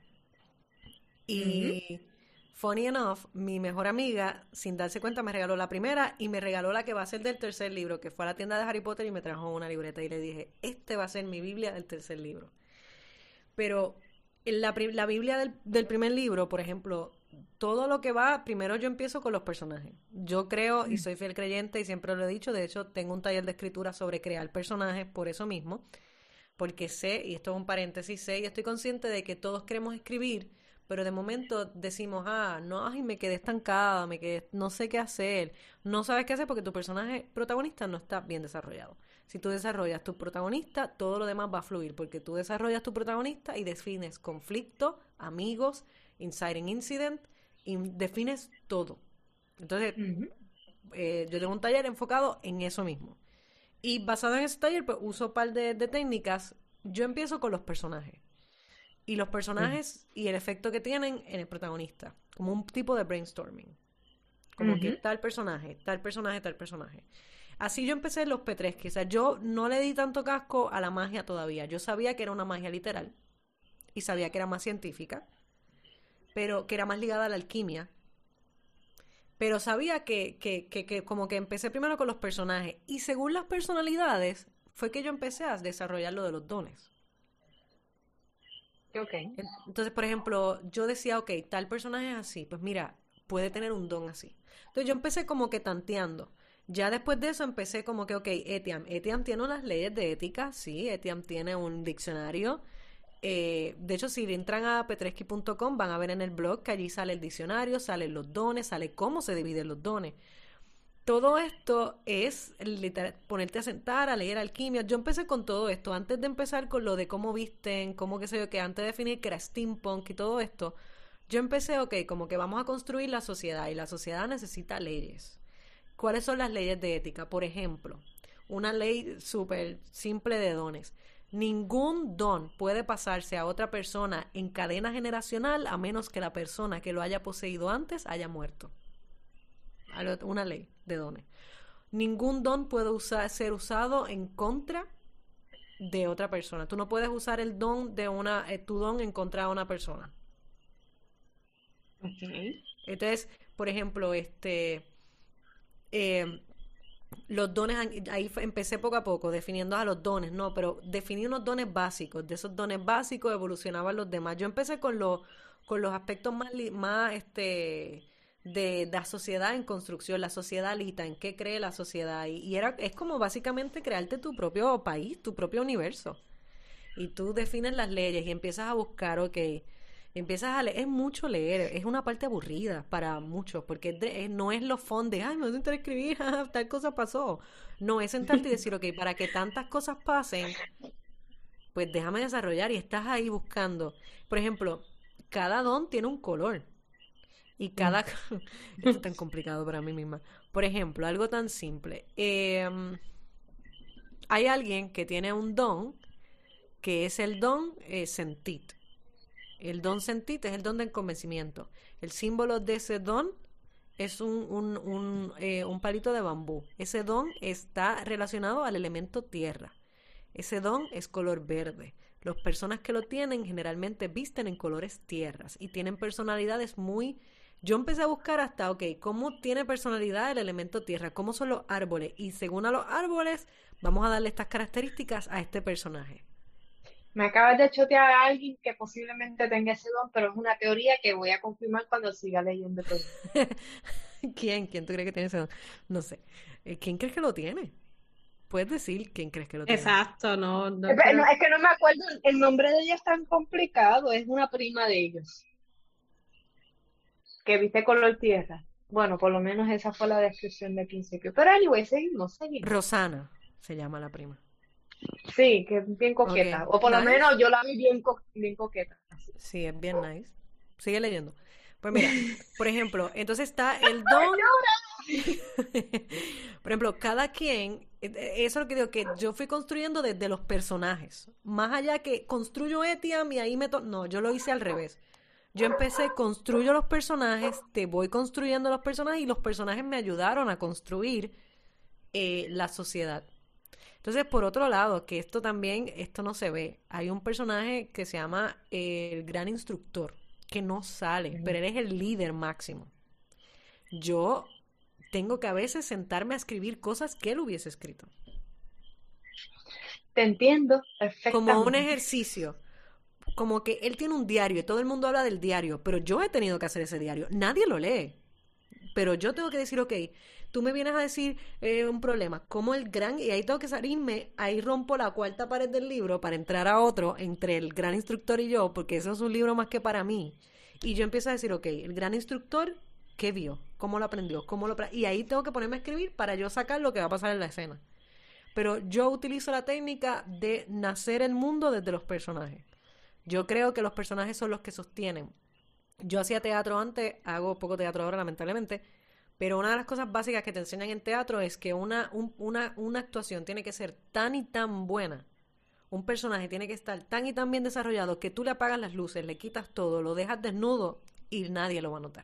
Y funny enough, mi mejor amiga, sin darse cuenta, me regaló la primera y me regaló la que va a ser del tercer libro, que fue a la tienda de Harry Potter y me trajo una libreta y le dije, este va a ser mi Biblia del tercer libro. Pero en la Biblia del primer libro, por ejemplo, todo lo que va, primero yo empiezo con los personajes. Yo creo y soy fiel creyente y siempre lo he dicho, de hecho tengo un taller de escritura sobre crear personajes por eso mismo, porque sé, y esto es un paréntesis, sé y estoy consciente de que todos queremos escribir, pero de momento decimos, no, ay, me quedé estancada, no sé qué hacer. No sabes qué hacer porque tu personaje protagonista no está bien desarrollado. Si tú desarrollas tu protagonista, todo lo demás va a fluir, porque tú desarrollas tu protagonista y defines conflicto, amigos, inciting incident, y defines todo. Entonces, yo tengo un taller enfocado en eso mismo. Y basado en ese taller, pues uso un par de técnicas. Yo empiezo con los personajes. Y los personajes y el efecto que tienen en el protagonista. Como un tipo de brainstorming. Como que tal personaje, tal personaje, tal personaje. Así yo empecé los Petreschi. O sea, yo no le di tanto casco a la magia todavía. Yo sabía que era una magia literal. Y sabía que era más científica. Pero que era más ligada a la alquimia. Pero sabía que como que empecé primero con los personajes. Y según las personalidades, fue que yo empecé a desarrollar lo de los dones. Okay. Entonces, por ejemplo, yo decía, ok, tal personaje es así, pues mira, puede tener un don así. Entonces yo empecé como que tanteando. Ya después de eso empecé como que, ok, Etiam tiene unas leyes de ética, sí, Etiam tiene un diccionario. De hecho, si entran a petreschi.com van a ver en el blog que allí sale el diccionario, salen los dones, sale cómo se dividen los dones. Todo esto es literal, ponerte a sentar, a leer alquimia. Yo empecé con todo esto. Antes de empezar con lo de cómo visten, cómo qué sé yo, que antes de definir que era steampunk y todo esto, yo empecé, ok, como que vamos a construir la sociedad y la sociedad necesita leyes. ¿Cuáles son las leyes de ética? Por ejemplo, una ley súper simple de dones. Ningún don puede pasarse a otra persona en cadena generacional a menos que la persona que lo haya poseído antes haya muerto. Una ley de dones. Ningún don puede ser usado en contra de otra persona. Tú no puedes usar el don de tu don en contra de una persona. Okay. Entonces, por ejemplo, los dones, ahí empecé poco a poco definiendo a los dones, no, pero definí unos dones básicos. De esos dones básicos evolucionaban los demás. Yo empecé con los aspectos más de la sociedad en construcción, la sociedad lista, en qué cree la sociedad. Y es como básicamente crearte tu propio país, tu propio universo. Y tú defines las leyes y empiezas a buscar, ok, empiezas a leer, es mucho leer, es una parte aburrida para muchos, porque no es lo fun de, ay, me voy a sentar a escribir, tal cosa pasó. No, es sentarte y decir, ok, para que tantas cosas pasen, pues déjame desarrollar y estás ahí buscando. Por ejemplo, cada don tiene un color. Y cada... Esto es tan complicado para mí misma. Por ejemplo, algo tan simple. Hay alguien que tiene un don, que es el don sentit. El don sentit es el don del convencimiento. El símbolo de ese don es un palito de bambú. Ese don está relacionado al elemento tierra. Ese don es color verde. Las personas que lo tienen generalmente visten en colores tierras y tienen personalidades muy Yo empecé a buscar hasta, ok, ¿cómo tiene personalidad el elemento tierra? ¿Cómo son los árboles? Y según a los árboles, vamos a darle estas características a este personaje. Me acabas de chotear a alguien que posiblemente tenga ese don, pero es una teoría que voy a confirmar cuando siga leyendo todo. ¿Quién? ¿Quién tú crees que tiene ese don? No sé. ¿Quién crees que lo tiene? Puedes decir quién crees que lo tiene. Exacto, no, no No, creo. es que no me acuerdo, el nombre de ella es tan complicado, es una prima de ellos, que viste color tierra. Bueno, por lo menos esa fue la descripción del principio. Pero anyway, seguimos. Rosana se llama la prima. Sí, que es bien Ok, coqueta. O por lo nice. menos yo la vi bien coqueta. Sí, es bien nice. Sigue leyendo. Pues mira, por ejemplo, entonces está el don. Por ejemplo, cada quien, eso es lo que digo, que yo fui construyendo desde los personajes. Más allá que construyo Etiam y ahí no, yo lo hice al revés. Yo empecé, construyo los personajes, te voy construyendo los personajes y los personajes me ayudaron a construir la sociedad. Entonces, por otro lado, que esto también, esto no se ve, hay un personaje que se llama el Gran Instructor, que no sale, pero él es el líder máximo. Yo tengo que a veces sentarme a escribir cosas que él hubiese escrito. Te entiendo Como un perfectamente. ejercicio. Como que él tiene un diario y todo el mundo habla del diario, pero yo he tenido que hacer ese diario. Nadie lo lee. Pero yo tengo que decir, ok, tú me vienes a decir un problema, como el gran, y ahí tengo que salirme, ahí rompo la cuarta pared del libro para entrar a otro entre el gran instructor y yo, porque eso es un libro más que para mí. Y yo empiezo a decir, ok, el gran instructor, ¿qué vio? ¿Cómo lo aprendió? Y ahí tengo que ponerme a escribir para yo sacar lo que va a pasar en la escena. Pero yo utilizo la técnica de nacer el mundo desde los personajes. Yo creo que los personajes son los que sostienen. Yo hacía teatro antes, hago poco teatro ahora, lamentablemente, pero una de las cosas básicas que te enseñan en teatro es que una actuación tiene que ser tan y tan buena, un personaje tiene que estar tan y tan bien desarrollado que tú le apagas las luces, le quitas todo, lo dejas desnudo y nadie lo va a notar.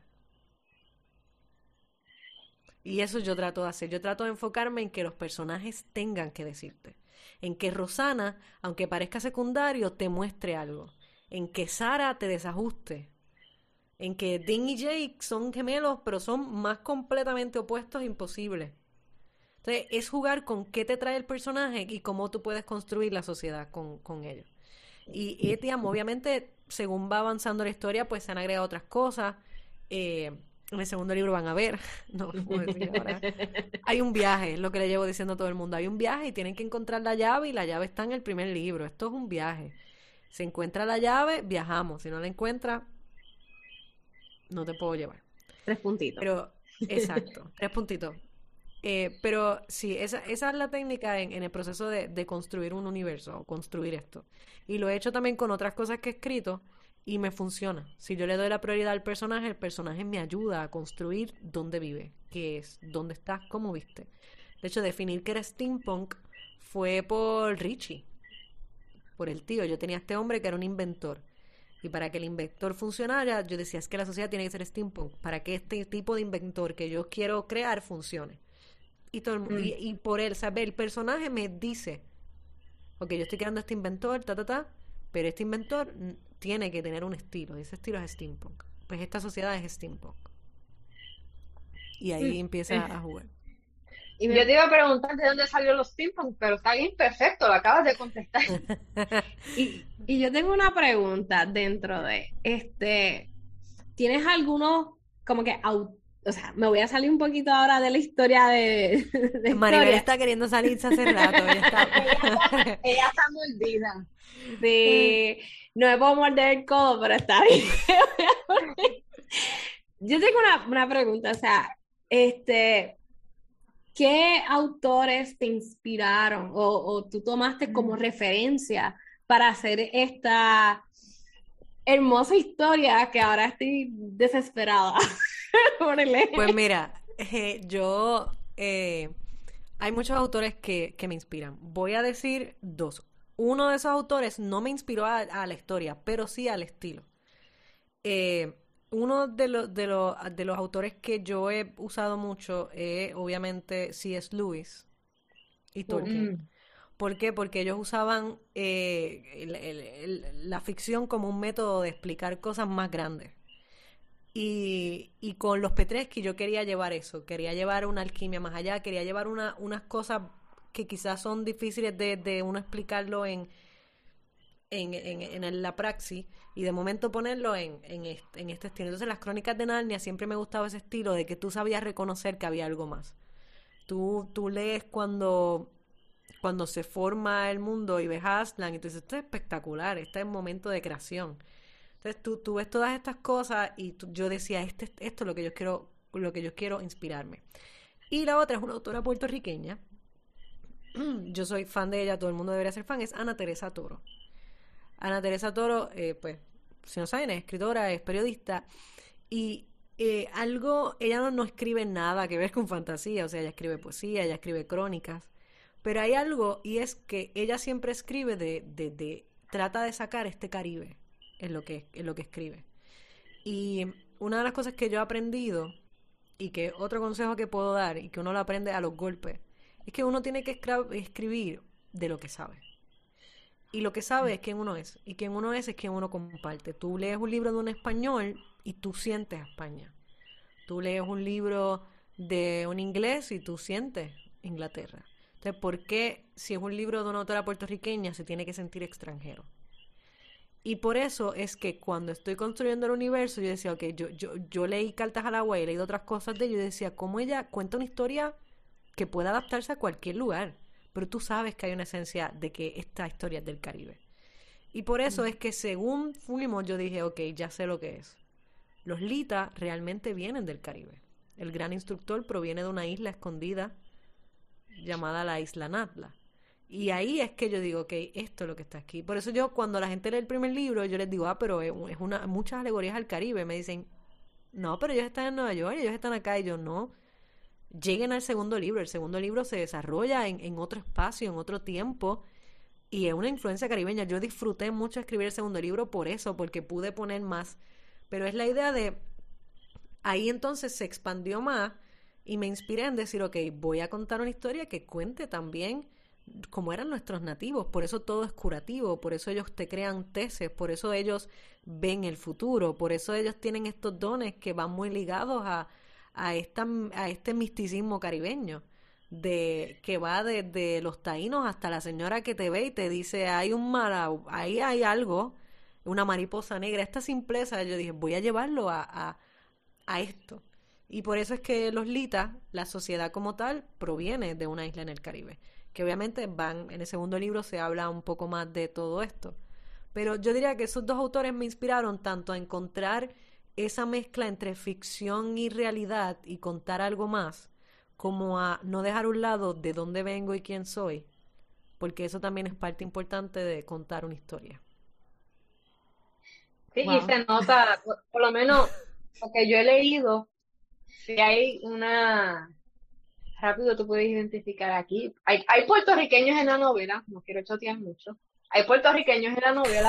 Y eso yo trato de hacer. Yo trato de enfocarme en que los personajes tengan que decirte. En que Rosana, aunque parezca secundario, te muestre algo. En que Sara te desajuste. En que Dean y Jake son gemelos, pero son más completamente opuestos imposibles. Entonces, es jugar con qué te trae el personaje y cómo tú puedes construir la sociedad con ellos. Y Etiam, obviamente, según va avanzando la historia, pues se han agregado otras cosas. En el segundo libro van a ver, no lo puedo decir ahora. Hay un viaje, es lo que le llevo diciendo a todo el mundo. Hay un viaje y tienen que encontrar la llave y la llave está en el primer libro. Esto es un viaje. Se encuentra la llave, viajamos. Si no la encuentra, no te puedo llevar. 3 puntitos. Pero, exacto, 3 puntitos. Pero sí, esa es la técnica en el proceso de construir un universo o construir esto. Y lo he hecho también con otras cosas que he escrito y me funciona. Si yo le doy la prioridad al personaje, el personaje me ayuda a construir dónde vive, qué es, dónde estás, cómo viste. De hecho, definir que era steampunk fue por Richie, por el tío. Yo tenía a este hombre que era un inventor. Y para que el inventor funcionara, yo decía, es que la sociedad tiene que ser steampunk, para que este tipo de inventor que yo quiero crear funcione. Y, todo y por él, ¿sabes? El personaje me dice, ok, yo estoy creando este inventor, pero este inventor tiene que tener un estilo, y ese estilo es steampunk. Pues esta sociedad es steampunk. Y ahí empieza a jugar. Y yo te iba a preguntar de dónde salió los steampunk, pero está bien, perfecto, lo acabas de contestar. Y yo tengo una pregunta dentro de, ¿tienes algunos como que, o sea, me voy a salir un poquito ahora de la historia de Maribel historia. está queriendo salirse hace rato. Ella está mordida. Sí, no me puedo morder el codo, pero está bien. Yo tengo una pregunta, o sea, ¿qué autores te inspiraron o tú tomaste como referencia para hacer esta hermosa historia que ahora estoy desesperada por leer? Pues mira, hay muchos autores que me inspiran. Voy a decir 2. Uno de esos autores no me inspiró a la historia, pero sí al estilo. Uno de los autores que yo he usado mucho es obviamente C.S. Lewis y Tolkien. ¿Por qué? Porque ellos usaban la ficción como un método de explicar cosas más grandes. Y con los Petreschi yo quería llevar eso, quería llevar una alquimia más allá, quería llevar unas cosas que quizás son difíciles de uno explicarlo en la praxis y de momento ponerlo en este estilo. Entonces las Crónicas de Narnia siempre me gustaba ese estilo de que tú sabías reconocer que había algo más. Tú lees cuando se forma el mundo y ves Aslan y tú dices, esto es espectacular, este es un momento de creación. Entonces tú ves todas estas cosas y yo decía, esto es lo que yo quiero inspirarme. Y la otra es una autora puertorriqueña. Yo soy fan de ella, todo el mundo debería ser fan, es Ana Teresa Toro. Ana Teresa Toro, pues, si no saben, es escritora, es periodista y ella no escribe nada que ver con fantasía, o sea, ella escribe poesía, ella escribe crónicas, pero hay algo y es que ella siempre escribe trata de sacar este Caribe en lo que escribe. Y una de las cosas que yo he aprendido y que otro consejo que puedo dar y que uno lo aprende a los golpes es que uno tiene que escribir de lo que sabe. Y lo que sabe es quién uno es. Y quién uno es quien uno comparte. Tú lees un libro de un español y tú sientes España. Tú lees un libro de un inglés y tú sientes Inglaterra. Entonces, ¿por qué si es un libro de una autora puertorriqueña se tiene que sentir extranjero? Y por eso es que cuando estoy construyendo el universo, yo decía, ok, yo leí Cartas al Agua y he leído otras cosas de ella, y yo decía, ¿cómo ella cuenta una historia que puede adaptarse a cualquier lugar? Pero tú sabes que hay una esencia de que esta historia es del Caribe. Y por eso es que según fuimos, yo dije, ok, ya sé lo que es. Los Lita realmente vienen del Caribe. El gran instructor proviene de una isla escondida llamada la Isla Natla. Y ahí es que yo digo, ok, esto es lo que está aquí. Por eso yo, cuando la gente lee el primer libro, yo les digo, pero es muchas alegorías al Caribe. Me dicen, no, pero ellos están en Nueva York, ellos están acá. Y yo, no. Lleguen al segundo libro. El segundo libro se desarrolla en otro espacio, en otro tiempo. Y es una influencia caribeña. Yo disfruté mucho escribir el segundo libro por eso, porque pude poner más. Pero es la idea de... Ahí entonces se expandió más y me inspiré en decir, ok, voy a contar una historia que cuente también como eran nuestros nativos. Por eso todo es curativo, por eso ellos te crean tesis, por eso ellos ven el futuro, por eso ellos tienen estos dones que van muy ligados a este misticismo caribeño, que va desde los taínos hasta la señora que te ve y te dice, ahí hay algo, una mariposa negra. Esta simpleza, yo dije, voy a llevarlo a esto. Y por eso es que los Lita, la sociedad como tal, proviene de una isla en el Caribe. Que obviamente en el segundo libro se habla un poco más de todo esto. Pero yo diría que esos dos autores me inspiraron tanto a encontrar esa mezcla entre ficción y realidad y contar algo más, como a no dejar a un lado de dónde vengo y quién soy, porque eso también es parte importante de contar una historia. Sí, Wow. y se nota, por lo menos lo que yo he leído, si hay rápido tú puedes identificar aquí, hay puertorriqueños en la novela, no quiero chotear mucho, hay puertorriqueños en la novela.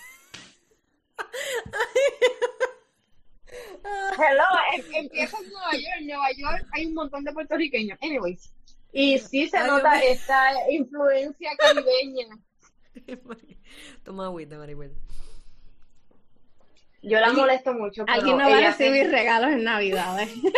Hello, empieza en Nueva York hay un montón de puertorriqueños, anyways, y sí se nota esta influencia caribeña. Toma agüita, Maribel. Yo la molesto mucho, pero Aquí no va a recibir regalos en Navidad.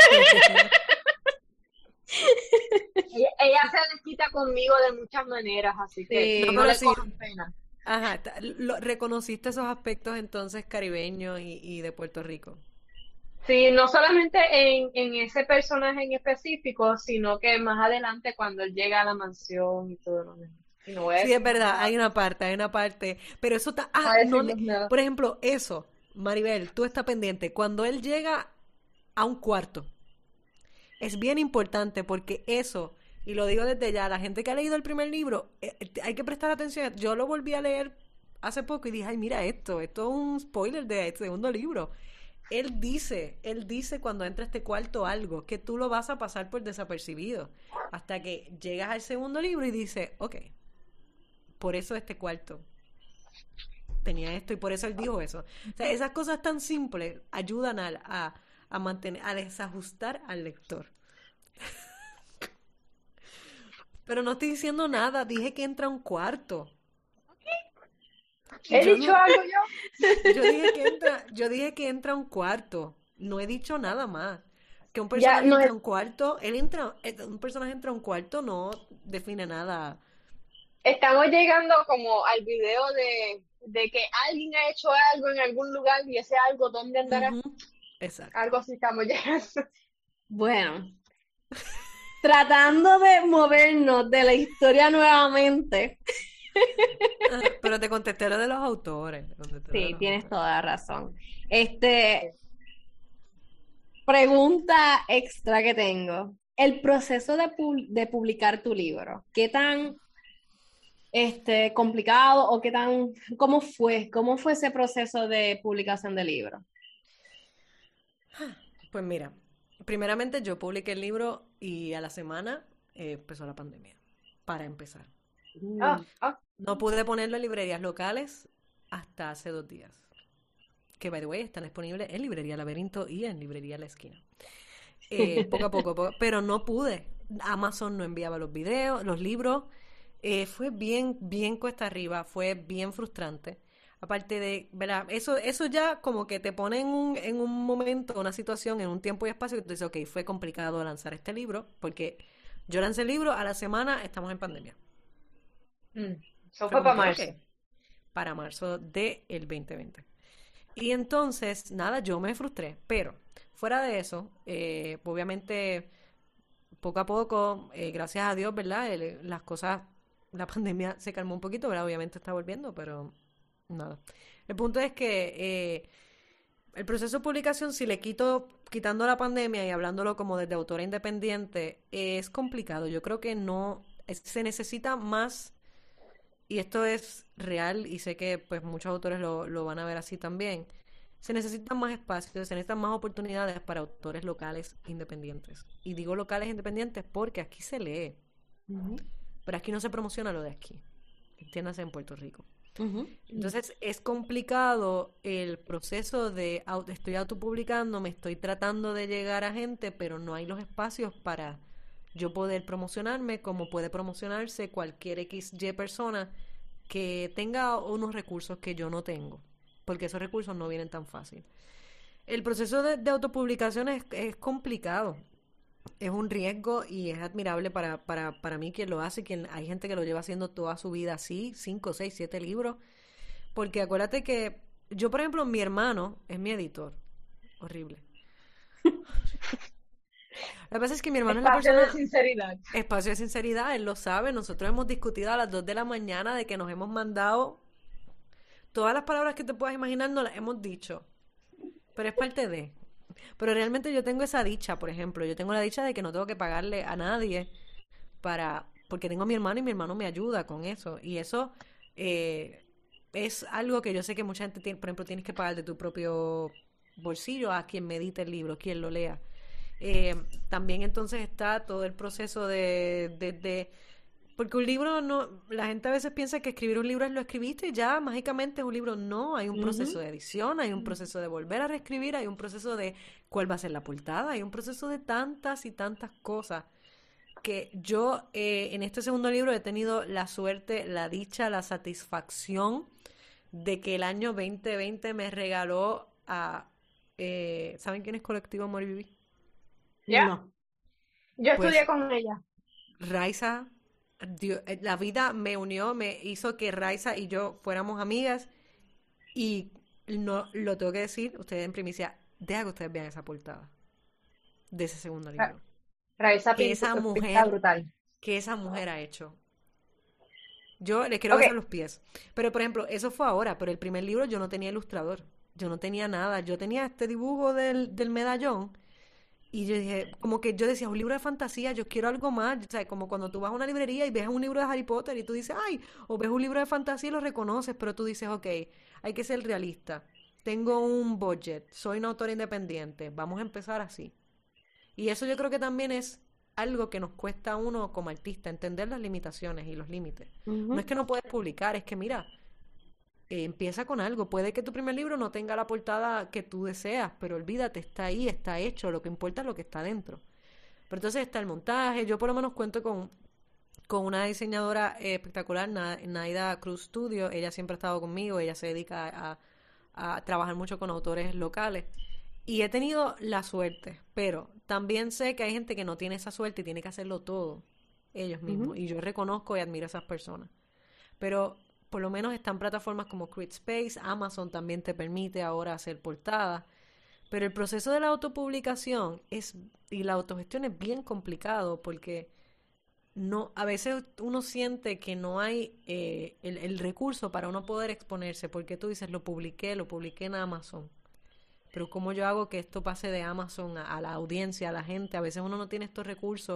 Ella se desquita conmigo de muchas maneras, así que Sí. no, pero le sí. cojan pena. Ajá, reconociste esos aspectos entonces caribeños y de Puerto Rico. Sí, no solamente en ese personaje en específico, sino que más adelante cuando él llega a la mansión y todo lo demás. Y no voy a Sí, decir es verdad, nada, hay una parte, pero eso está, no voy a decir no más nada. por ejemplo, eso, Maribel, tú estás pendiente, cuando él llega a un cuarto, es bien importante porque eso, y lo digo desde ya, la gente que ha leído el primer libro, hay que prestar atención, yo lo volví a leer hace poco y dije, ay, mira esto es un spoiler del segundo libro. Él dice cuando entra a este cuarto algo que tú lo vas a pasar por desapercibido hasta que llegas al segundo libro y dices, ok, por eso este cuarto tenía esto y por eso él dijo eso. O sea, esas cosas tan simples ayudan a mantener, a desajustar al lector. Pero no estoy diciendo nada, dije que entra a un cuarto. ¿He Yo dicho no- algo yo? Yo dije que entra a un cuarto. no he dicho nada más. Que un Ya, personaje no entra es- a un cuarto, un personaje entra a un cuarto no define nada. Estamos llegando como al video de que alguien ha hecho algo en algún lugar y ese algo, ¿dónde andará? Ujú, exacto. Algo así estamos llegando. Bueno, tratando de movernos de la historia nuevamente. Pero te contesté lo de los autores. Sí, tienes toda la razón. Pregunta extra que tengo. El proceso de publicar tu libro, ¿qué tan complicado o cómo fue? ¿Cómo fue ese proceso de publicación del libro? Pues mira, primeramente yo publiqué el libro y a la semana empezó la pandemia, para empezar. Ah, ah, No pude ponerlo en librerías locales hasta hace 2 días. Que, by the way, están disponibles en Librería Laberinto y en Librería La Esquina. Poco a poco, pero no pude. Amazon no enviaba los videos, los libros. Fue bien, bien cuesta arriba, fue bien frustrante. Aparte de, ¿verdad? Eso ya como que te pone en un momento, una situación, en un tiempo y espacio que tú dices, ok, fue complicado lanzar este libro, porque yo lancé el libro, a la semana estamos en pandemia. eso Fue fue como para que, marzo. ok, para marzo del 2020. Y entonces, nada, yo me frustré, pero fuera de eso, obviamente, poco a poco, gracias a Dios, ¿verdad? Las cosas, la pandemia se calmó un poquito, ¿verdad? Obviamente está volviendo, pero nada. El punto es que el proceso de publicación, si le quitando la pandemia y hablándolo como desde autora independiente, es complicado. Yo creo que no, se necesita más, y esto es real, y sé que pues muchos autores lo van a ver así también. Se necesitan más espacios, se necesitan más oportunidades para autores locales independientes. Y digo locales independientes porque aquí se lee, pero aquí no se promociona lo de aquí. Entiéndase en Puerto Rico. Entonces es complicado el proceso de estoy autopublicando, me estoy tratando de llegar a gente, pero no hay los espacios para yo poder promocionarme como puede promocionarse cualquier XY persona que tenga unos recursos que yo no tengo, porque esos recursos no vienen tan fácil. El proceso de autopublicación es complicado, es un riesgo y es admirable para mí quien lo hace, hay gente que lo lleva haciendo toda su vida así, 5, 6, 7 libros, porque acuérdate que yo, por ejemplo, mi hermano es mi editor, horrible. Lo que pasa es que mi hermano es la Espacio de persona, sinceridad. espacio de sinceridad, él lo sabe, nosotros hemos discutido a las 2 de la mañana de que nos hemos mandado todas las palabras que te puedas imaginar, no las hemos dicho, pero es parte de... Pero realmente yo tengo esa dicha, por ejemplo, yo tengo la dicha de que no tengo que pagarle a nadie porque tengo a mi hermano y mi hermano me ayuda con eso. Y eso es algo que yo sé que mucha gente tiene, por ejemplo, tienes que pagar de tu propio bolsillo a quien medite el libro, quien lo lea. También entonces está todo el proceso porque un libro no, la gente a veces piensa que escribir un libro es lo escribiste y ya mágicamente es un libro. No, hay un proceso de edición, hay un proceso de volver a reescribir, hay un proceso de cuál va a ser la portada, hay un proceso de tantas y tantas cosas que yo en este segundo libro he tenido la suerte, la dicha, la satisfacción de que el año 2020 me regaló a... ¿saben quién es Colectivo Amor y Vivir? ¿Ya? No. Yo Pues estudié con ella. Raiza, la vida me unió, me hizo que Raiza y yo fuéramos amigas y no lo tengo que decir, ustedes en primicia, deja que ustedes vean esa portada de ese segundo libro. Raiza Que esa pinta mujer, brutal. que esa mujer ha hecho. Yo le quiero Ok, besar los pies. Pero, por ejemplo, eso fue ahora, pero el primer libro yo no tenía ilustrador, yo no tenía nada, yo tenía este dibujo del medallón. Y yo dije, como que yo decía, un libro de fantasía, yo quiero algo más. O sea, como cuando tú vas a una librería y ves un libro de Harry Potter y tú dices, ay, o ves un libro de fantasía y lo reconoces, pero tú dices, ok, hay que ser realista. Tengo un budget, soy una autora independiente, vamos a empezar así. Y eso yo creo que también es algo que nos cuesta a uno como artista, entender las limitaciones y los límites. No es que no puedes publicar, es que mira, empieza con algo. Puede que tu primer libro no tenga la portada que tú deseas, pero olvídate, está ahí, está hecho. Lo que importa es lo que está dentro. Pero entonces está el montaje. Yo por lo menos cuento con una diseñadora espectacular, Naida Cruz Studio. Ella siempre ha estado conmigo. Ella se dedica a trabajar mucho con autores locales. Y he tenido la suerte, pero también sé que hay gente que no tiene esa suerte y tiene que hacerlo todo ellos mismos. Y yo reconozco y admiro a esas personas. Pero por lo menos están plataformas como CreateSpace, Amazon también te permite ahora hacer portadas. Pero el proceso de la autopublicación y la autogestión es bien complicado porque a veces uno siente que no hay el recurso para uno poder exponerse, porque tú dices, lo publiqué en Amazon. Pero ¿cómo yo hago que esto pase de Amazon a la audiencia, a la gente? A veces uno no tiene estos recursos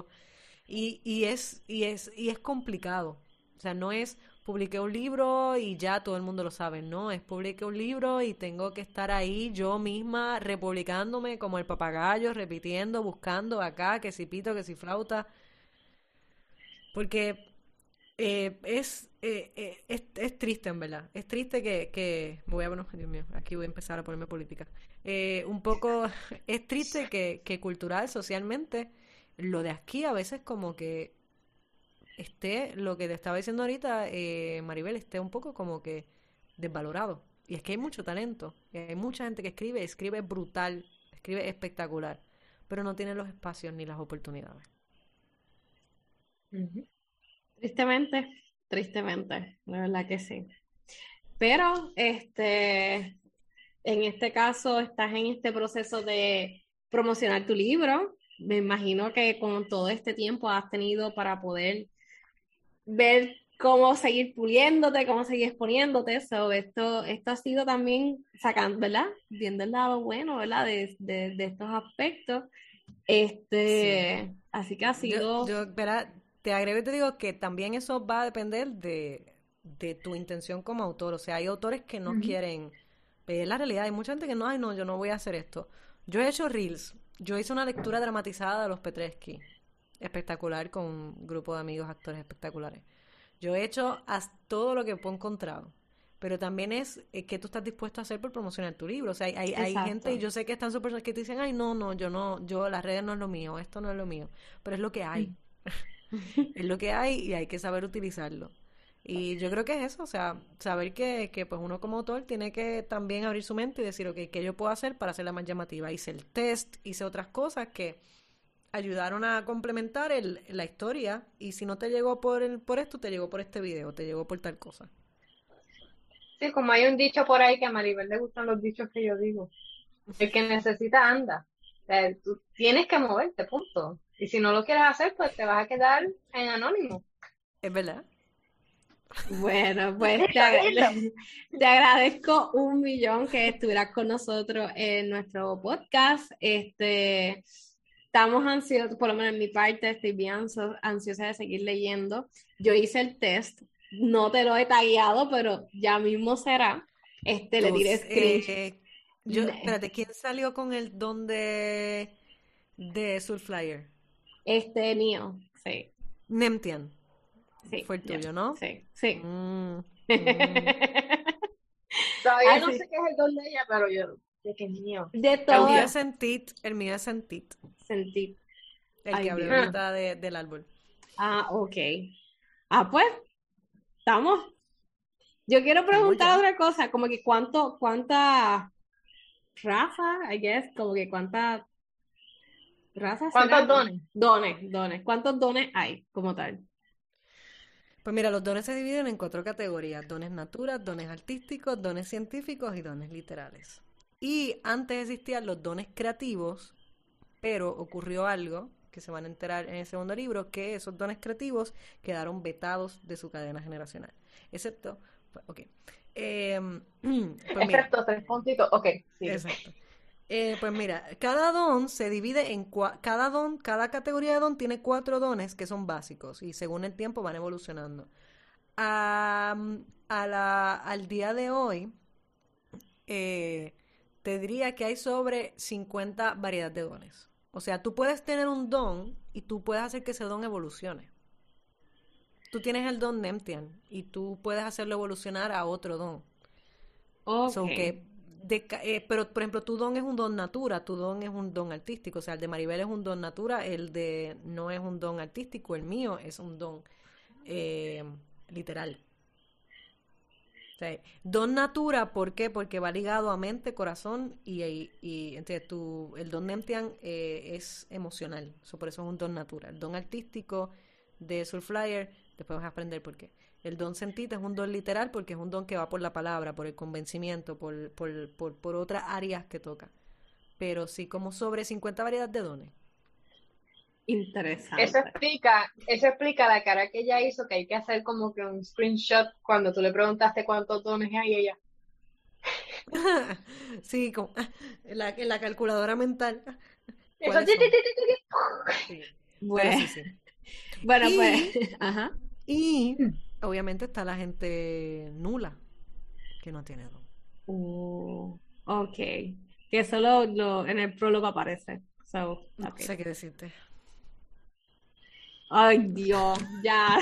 y es complicado. O sea, no es publiqué un libro y ya todo el mundo lo sabe. No, es publiqué un libro y tengo que estar ahí yo misma republicándome como el papagayo, repitiendo, buscando acá, que si pito, que si flauta. Porque es triste, en verdad. Es triste bueno, Dios mío, aquí voy a empezar a ponerme política. Un poco, es triste que cultural, socialmente, lo de aquí a veces como que lo que te estaba diciendo ahorita, Maribel, esté un poco como que desvalorado. Y es que hay mucho talento. Y hay mucha gente que escribe brutal, escribe espectacular, pero no tiene los espacios ni las oportunidades. Tristemente, la verdad que sí. Pero, en este caso, estás en este proceso de promocionar tu libro. Me imagino que con todo este tiempo has tenido para poder ver cómo seguir puliéndote, cómo seguir exponiéndote. Esto ha sido también sacando, ¿verdad? Viendo el lado bueno, ¿verdad? De estos aspectos. Sí. Así que ha sido... Verá, te agrego y te digo que también eso va a depender de tu intención como autor. O sea, hay autores que no quieren ver la realidad. Hay mucha gente que no, ay no, yo no voy a hacer esto. Yo he hecho reels. Yo hice una lectura dramatizada de Los Petresky. Espectacular, con un grupo de amigos actores espectaculares. Yo he hecho todo lo que he encontrado. Pero también es que tú estás dispuesto a hacer por promocionar tu libro. O sea, hay gente, y yo sé que están súper que te dicen, ay, no, yo las redes no es lo mío, esto no es lo mío. Pero es lo que hay. Es lo que hay y hay que saber utilizarlo. Y yo creo que es eso, o sea, saber que pues uno como autor tiene que también abrir su mente y decir, ok, ¿qué yo puedo hacer para hacerla más llamativa? Hice el test, hice otras cosas que ayudaron a complementar la historia, y si no te llegó por esto, te llegó por este video, te llegó por tal cosa. Sí, como hay un dicho por ahí que a Maribel le gustan los dichos que yo digo. El que necesita anda. O sea, tú tienes que moverte, punto. Y si no lo quieres hacer, pues te vas a quedar en anónimo. Es verdad. Bueno, pues te agradezco 1.000.000 que estuvieras con nosotros en nuestro podcast. Estamos ansiosos, por lo menos en mi parte, estoy bien ansiosa de seguir leyendo. Yo hice el test, no te lo he tagueado, pero ya mismo será. Le diré screenshot. Espérate, ¿quién salió con el don de Soulflyer? Mío, sí. Nemtian. Sí, Fue el tuyo, ¿no? Sí, sí. Todavía no sé qué es el don de ella, pero yo sé que es mío. De todo. El mío es Sentit. Sentí. El que hablé ahorita del árbol. Ah, ok. Pues, estamos. Yo quiero preguntar otra cosa, como que cuántas razas, I guess, como que cuántas razas. ¿Cuántos dones? Dones. ¿Cuántos dones hay como tal? Pues mira, los dones se dividen en 4 categorías: dones naturas, dones artísticos, dones científicos y dones literales. Y antes existían los dones creativos, pero ocurrió algo que se van a enterar en el segundo libro, que esos dones creativos quedaron vetados de su cadena generacional. Excepto, ok. Pues Excepto 3 puntitos, ok. Sí. Exacto. Pues mira, cada don se divide en cada categoría de don tiene 4 dones que son básicos y según el tiempo van evolucionando. Al día de hoy, te diría que hay sobre 50 variedades de dones. O sea, tú puedes tener un don y tú puedes hacer que ese don evolucione. Tú tienes el don Nemtian y tú puedes hacerlo evolucionar a otro don. Okay. Pero, por ejemplo, tu don es un don natura, tu don es un don artístico. O sea, el de Maribel es un don natura, el de no es un don artístico, el mío es un don literal. sea, don natura, ¿por qué? Porque va ligado a mente, corazón y entonces el don Nemptian es emocional, por eso es un don natura. El don artístico de Soulflyer, después vas a aprender por qué. El don sentita es un don literal porque es un don que va por la palabra, por el convencimiento, por otras áreas que toca. Pero sí, como sobre 50 variedades de dones. Interesante. Eso explica la cara que ella hizo, que hay que hacer como que un screenshot cuando tú le preguntaste cuántos dones hay y ella. Sí, como en la calculadora mental. Eso, ¿Cuáles son? Sí, Bueno, pero sí. bueno, Y- pues, ajá. Y obviamente está la gente nula, que no tiene don. Ok. Que solo en el prólogo aparece. So, No ok. sé qué decirte. Ay, Dios, ya.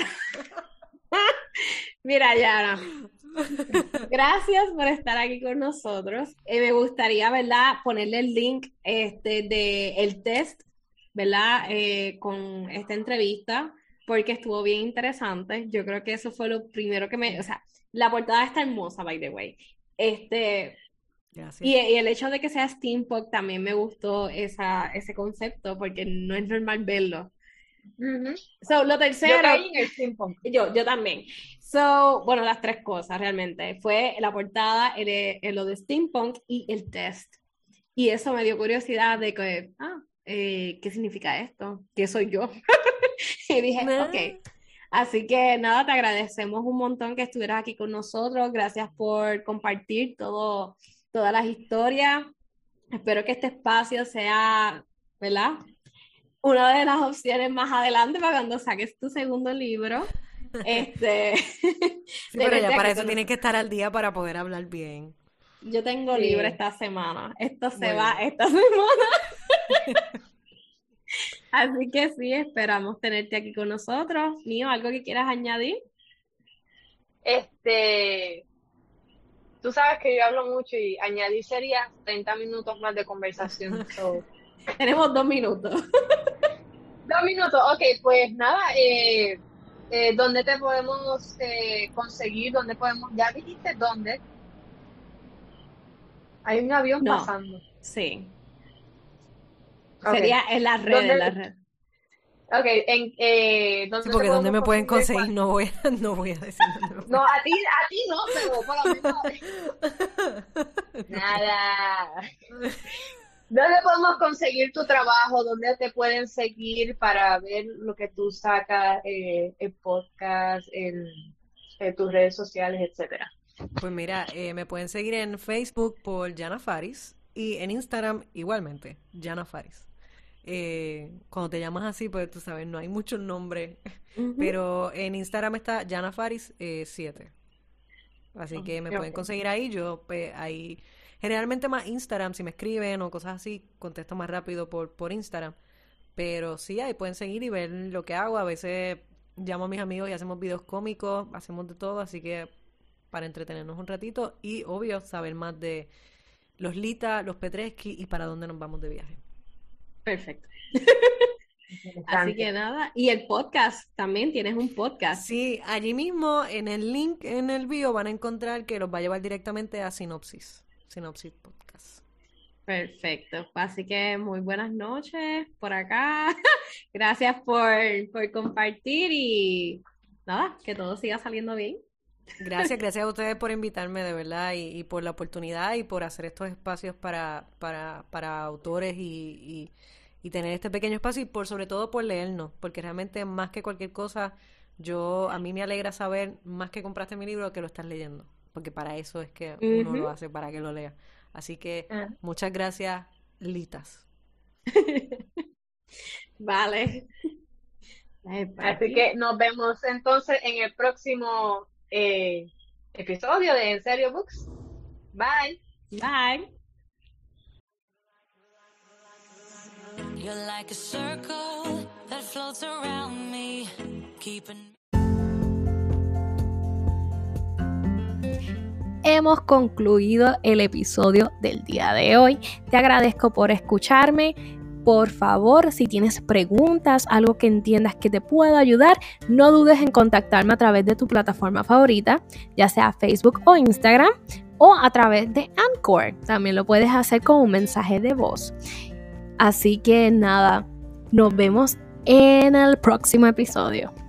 Mira, Yana, gracias por estar aquí con nosotros. Me gustaría, ¿verdad?, ponerle el link de el test, ¿verdad?, con esta entrevista, porque estuvo bien interesante. Yo creo que eso fue lo primero o sea, la portada está hermosa, by the way. Gracias. Y el hecho de que sea steampunk también me gustó ese concepto, porque no es normal verlo. Ujú. So, lo Yo tercero, caí en el steampunk. yo también. So, bueno, las tres cosas realmente. Fue la portada, lo de steampunk y el test. Y eso me dio curiosidad de que, ¿qué significa esto? ¿Qué soy yo? Y dije, ok. Así que nada, te agradecemos un montón que estuvieras aquí con nosotros. Gracias por compartir todas las historias. Espero que este espacio sea, ¿verdad?, una de las opciones más adelante para cuando saques tu segundo libro. Sí, pero ya tenerte para aquí eso con tienes nosotros. que estar al día para poder hablar bien. Yo tengo Sí. libre esta semana. Esto se Muy va bien. esta semana. Así que sí, esperamos tenerte aquí con nosotros. Mío, ¿algo que quieras añadir? Tú sabes que yo hablo mucho y añadir sería 30 minutos más de conversación. So, Tenemos 2 minutos. 2 minutos, ok, pues nada, ¿dónde te podemos conseguir? ¿Dónde podemos? Ya dijiste dónde. Hay un avión No, pasando. sí. Ok. Sería en las redes, ¿Dónde? en las redes. Ok, Sí, ¿dónde te porque ¿dónde podemos me pueden conseguir? conseguir? No voy a decir dónde me No, pueden. a ti no, pero por lo menos. Nada. ¿Dónde podemos conseguir tu trabajo? ¿Dónde te pueden seguir para ver lo que tú sacas, el podcast, tus redes sociales, etcétera? Pues mira, me pueden seguir en Facebook por Yana Faris y en Instagram igualmente, Yana Faris. Cuando te llamas así, pues tú sabes, no hay muchos nombres, Ujú. pero en Instagram está Yana Faris 7. Así que me pueden Ok. conseguir ahí. Yo, pues, ahí, generalmente más Instagram, si me escriben o cosas así, contesto más rápido por Instagram. Pero sí, ahí pueden seguir y ver lo que hago. A veces llamo a mis amigos y hacemos videos cómicos, hacemos de todo, así que para entretenernos un ratito y, obvio, saber más de los Lita, los Petreschi y para dónde nos vamos de viaje. Perfecto. Así Interesante. que nada. Y el podcast, también tienes un podcast. Sí, allí mismo en el link en el bio van a encontrar que los va a llevar directamente a Sinopsis Podcast. Perfecto. Así que muy buenas noches por acá. Gracias por compartir y nada, que todo siga saliendo bien. Gracias a ustedes por invitarme de verdad y por la oportunidad y por hacer estos espacios para autores y tener este pequeño espacio y por sobre todo por leernos, porque realmente más que cualquier cosa, a mí me alegra saber más que compraste mi libro que lo estás leyendo, porque para eso es que uno lo hace, para que lo lea. Así que Ah. muchas gracias, Litas. Vale. Así que nos vemos entonces en el próximo episodio de En Serio Books. Bye. Bye. You're like a circle that floats around me, keeping. Hemos concluido el episodio del día de hoy. Te agradezco por escucharme. Por favor, si tienes preguntas, algo que entiendas que te pueda ayudar, no dudes en contactarme a través de tu plataforma favorita, ya sea Facebook o Instagram, o a través de Anchor. También lo puedes hacer con un mensaje de voz. Así que nada, nos vemos en el próximo episodio.